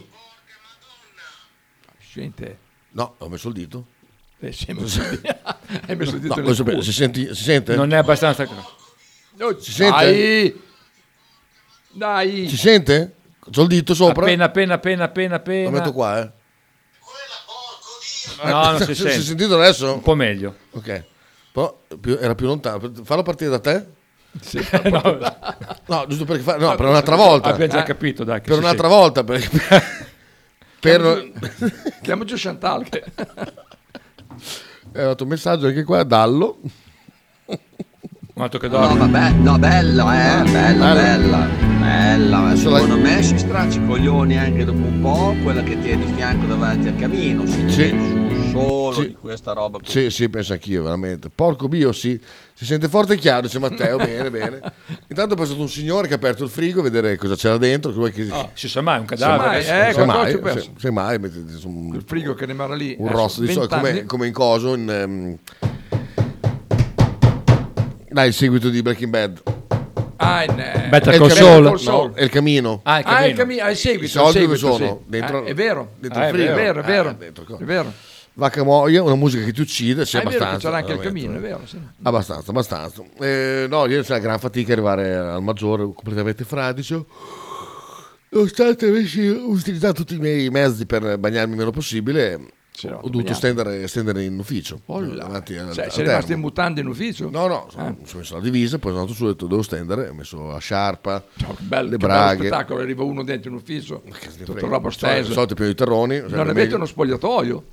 Sente. No, ho messo il dito. Eh, sì, hai messo il dito- hai messo il dito No, nel voglio sapere, culo. si, senti, si sente? Non è abbastanza. Oh, Si sente? Dai. Dai. Si sente? C'ho il dito sopra? Appena, appena, appena, appena, appena. Lo metto qua, eh. No, non si Si sente. è sentito adesso? Un po' meglio. Ok. Però più- era più lontano. Fallo partire da te? Sì, no. No, giusto perché fa... No, per un'altra volta. Abbiamo già Eh, capito, dai. che Per si un'altra sente. volta. Perché... per... Chiamo giù Chantal. Che... È arrivato un messaggio anche qua, Dallo. Quanto che No, dorme. vabbè, no, bella, eh, bella, Bella. bella, bella, ma Adesso la- secondo me si straccia i coglioni anche dopo un po', quella che ti è di fianco davanti al camino, si Sì. su, solo Sì. di questa roba qui. Sì, sì, penso anch'io, veramente. Porco bio, sì. Si sente forte e chiaro, dice Matteo, bene, bene. Intanto è passato un signore che ha aperto il frigo a vedere cosa c'era dentro. Che vuoi che... Oh, si sa mai, un Si sa mai, cadavere. eh, se mai, qualcosa ci se, penso. se mai mettete un, Il frigo che rimane lì un adesso, rosso di solito, come, vent'anni. come in coso, in, ehm, dai, il seguito di Breaking Bad. Ah, in, eh, Better è il Call Better Saul. Call Saul. No, è il camino. Ah, il camino, ah, il, cami- ah, il seguito. I soldi il dove seguito, sono? sì. Dentro, Ah, è vero. dentro Ah, il frigo. È vero, è vero. Eh, dentro- È vero. Vacca muoia, una musica che ti uccide, sì, Ah, è vero che abbastanza. c'era anche il veramente. camino, è vero, sì. Abbastanza, abbastanza. Eh, no, ieri c'è una gran fatica arrivare al maggiore, completamente fradicio. Nonostante avessi utilizzato tutti i miei mezzi per bagnarmi il meno possibile, ho dovuto bagnato. stendere, stendere in ufficio. Oh là. davanti al- Cioè, al sei rimasto termo. in mutande in ufficio? No, no, sono, Ah. mi sono messo la divisa, poi sono andato su e ho detto devo stendere, ho messo la sciarpa, Che bello, le che bello braghe. spettacolo, arriva uno dentro in ufficio, tutto frega. roba Solito- stesa. solito pieno di terroni, Non sarebbe ne meglio. mette uno spogliatoio?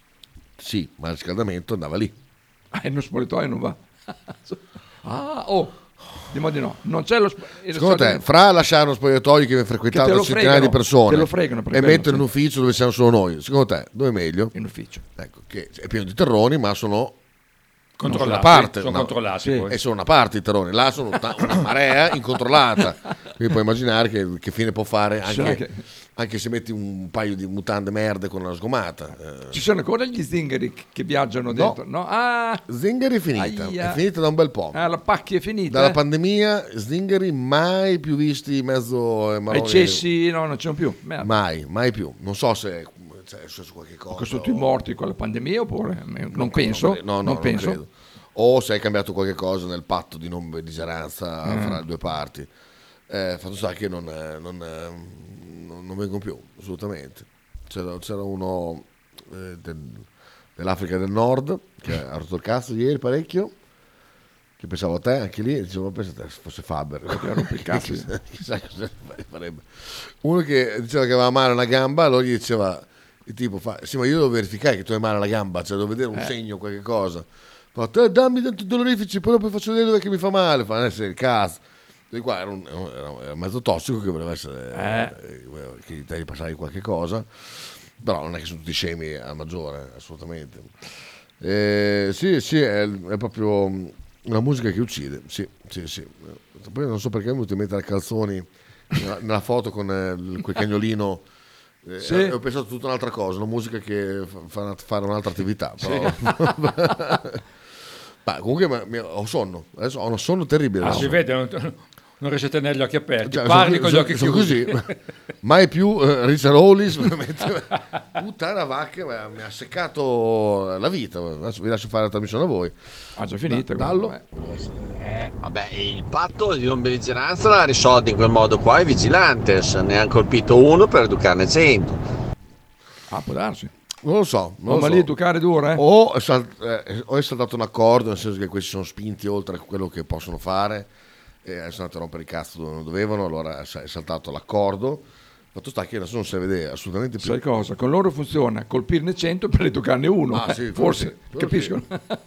Sì, ma il riscaldamento andava lì. Ah, e uno spogliatoio non va. Ah, oh, dimo di no, non c'è lo spogliatoio. Secondo te, fra lasciare uno spogliatoio che frequentato Che te da lo centinaia fregano, di persone te lo fregano per e quello, mettere sì. in ufficio dove siamo solo noi, secondo te, dove è meglio? In ufficio. Ecco, che è pieno di terroni, ma sono Controllati, una parte, sono una- controllati sì, poi. e sono una parte i terroni, là sono una, una marea incontrollata. Quindi puoi immaginare che, che fine può fare Ci sono anche, anche- anche se metti un paio di mutande merde con una sgomata. Eh, Ci sono ancora gli zingari che viaggiano No. dentro? No. Ah, Zingari è finita, Aia. è finita da un bel po'. ah, la pacchia è finita. Dalla eh? pandemia, Zingari mai più visti in mezzo ai maroni. Ai cessi, no, non c'è più. Merda. Mai, mai più. Non so se se è successo qualche cosa. Sono tutti morti con la pandemia oppure? Non penso. cre- No, no, non non penso. credo. O se è cambiato qualche cosa nel patto di non belligeranza Mm. fra le due parti. Eh, fatto sta che non, eh, non, eh, non, non vengono più, assolutamente. C'era, c'era uno eh, del- dell'Africa del Nord che ha rotto il cazzo ieri parecchio. Che pensavo a te, anche lì, dicevo, ma pensa a te, se fosse Faber. Perché rompe il cazzo. chissà, chissà cosa farebbe. Uno che diceva che aveva male una gamba, allora gli diceva, il tipo fa, sì, ma io devo verificare che tu hai male alla gamba, cioè devo vedere un Eh. segno, qualche cosa. Fa, "Te, dammi tanti dolorifici, poi dopo faccio vedere dove che mi fa male. Fa, eh, sei il cazzo. E qua era un, era un- era un mezzo tossico che voleva essere, eh, che gli devi passare qualche cosa, però non è che sono tutti scemi a maggiore, assolutamente. Eh, sì, sì, è, è proprio una musica che uccide, sì, sì, sì. Poi non so perché mi è venuto in mente la Calzoni nella, nella foto con eh, quel cagnolino. Eh, Sì. Ho pensato a tutta un'altra cosa, una musica che fa, fa fare un'altra attività. Però. Ma comunque ma- mi- ho sonno, adesso ho un sonno terribile. Ah, adesso. si vede, non, non riesci a tenere gli occhi aperti, Cioè, parli sono- con gli sono- occhi sono chiusi. così. Mai più eh, Richard Hollis, veramente. Puttana vacca, ma mi ha seccato la vita. Adesso vi lascio fare la trasmissione a voi. Ah, già finita. Da- Dallo. Eh, vabbè, il patto di non belligeranza l'ha risolto in quel modo qua i vigilantes, ne hanno colpito uno per educarne cento. Ah, può darsi. Non lo so. Non Oh, lo ma so. lì educare duro, eh? O è, sal- eh, o è saltato un accordo, nel senso che questi sono spinti oltre a quello che possono fare e sono andati a rompere il cazzo dove non dovevano, allora è sa- è saltato l'accordo. Fatto sta che adesso non si vede assolutamente più. Sai cosa? Con loro funziona colpirne cento per educarne uno. Ah, sì, quello Forse, sì, quello capiscono?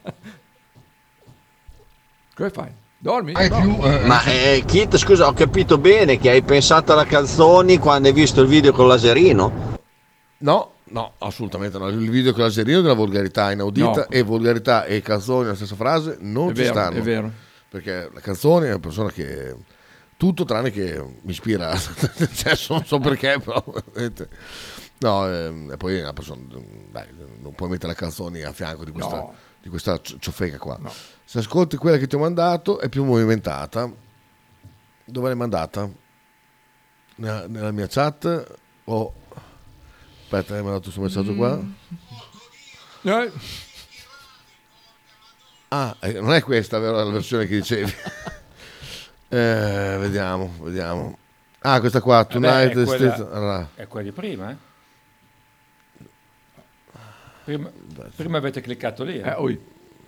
Come fai? Dormi? Ma eh, Kit, scusa, ho capito bene che hai pensato alla Calzoni quando hai visto il video con l'aserino? No, no, assolutamente no. Il video con l'aserino della volgarità inaudita No. e volgarità e canzoni nella stessa frase non È ci vero, stanno. è vero. Perché la canzone è una persona che tutto tranne che mi ispira, cioè, non so perché, però veramente. No, ehm, e poi è una persona, dai, non puoi mettere le canzoni a fianco di questa, No. di questa cio- ciofeca qua. Se ascolti quella che ti ho mandato è più movimentata. Dove l'hai mandata? Nella, nella mia chat o... Aspetta, hai mandato questo messaggio qua? Eh, Ah, eh, non è questa vero, la versione che dicevi? Eh, vediamo, vediamo. Ah, questa qua, Vabbè, Tonight è, quella, State- allora. è quella di prima, eh? Prima, prima avete cliccato lì. Eh? Eh, oi.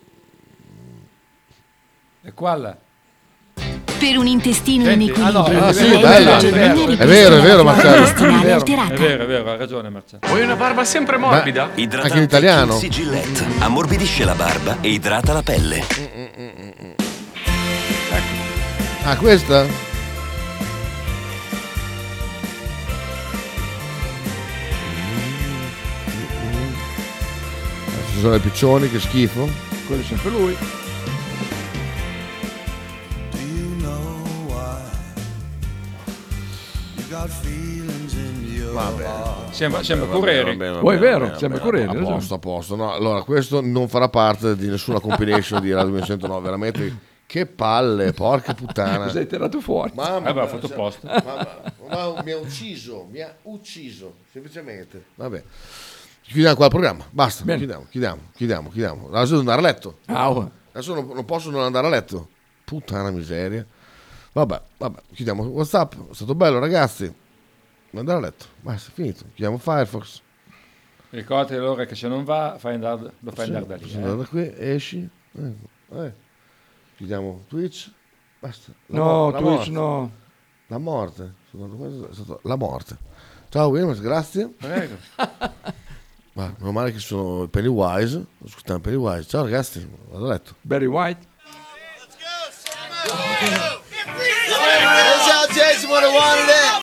E quella? Per un intestino in Senti, ah, no, equilibrio. ah, sì, lei bella. mangia È vero, lineari è vero, è vero, per Marcello. intestinale È vero, alterata. È vero, è vero, ha ragione Marcello. Vuoi una barba sempre morbida? Beh, anche in italiano. Kilsi Gillette ammorbidisce la barba e idrata la pelle. Ah, questa? sono i piccioni, che schifo. Quello è sempre lui. Vabbè. Sembra, sembra Corriere. Poi è vero, sembra Corriere. A posto, a posto. No, allora, questo non farà parte di nessuna compilation di Radio duecentonove, veramente. Che palle, porca puttana. Cosa hai tirato fuori? Mamma, Eh beh, ha fatto posto. mamma, mamma, mi ha ucciso, mi ha ucciso, semplicemente. Vabbè. Chiudiamo qua il programma, basta, Bene. chiudiamo, chiudiamo, chiudiamo, chiudiamo. Adesso devo andare a letto. Ah, Adesso non, non posso non andare a letto. Puttana miseria. Vabbè, vabbè, chiudiamo WhatsApp. È stato bello, ragazzi. Devo andare a letto. Basta, finito. Chiudiamo Firefox. Ricordati allora che se non va, fai andare, lo fai Sì, andare da lì. posso eh. andare da qui, esci. Eh, eh. Chiudiamo Twitch. Basta. La No, mo- la Twitch morte. no. La morte. Secondo me è stata la morte. Ciao Williams, grazie. Prego. Ma meno male che sono Pennywise. Ascoltiamo Pennywise. Ciao ragazzi, vado a letto. Barry White. Ciao Jason, what a wanted it.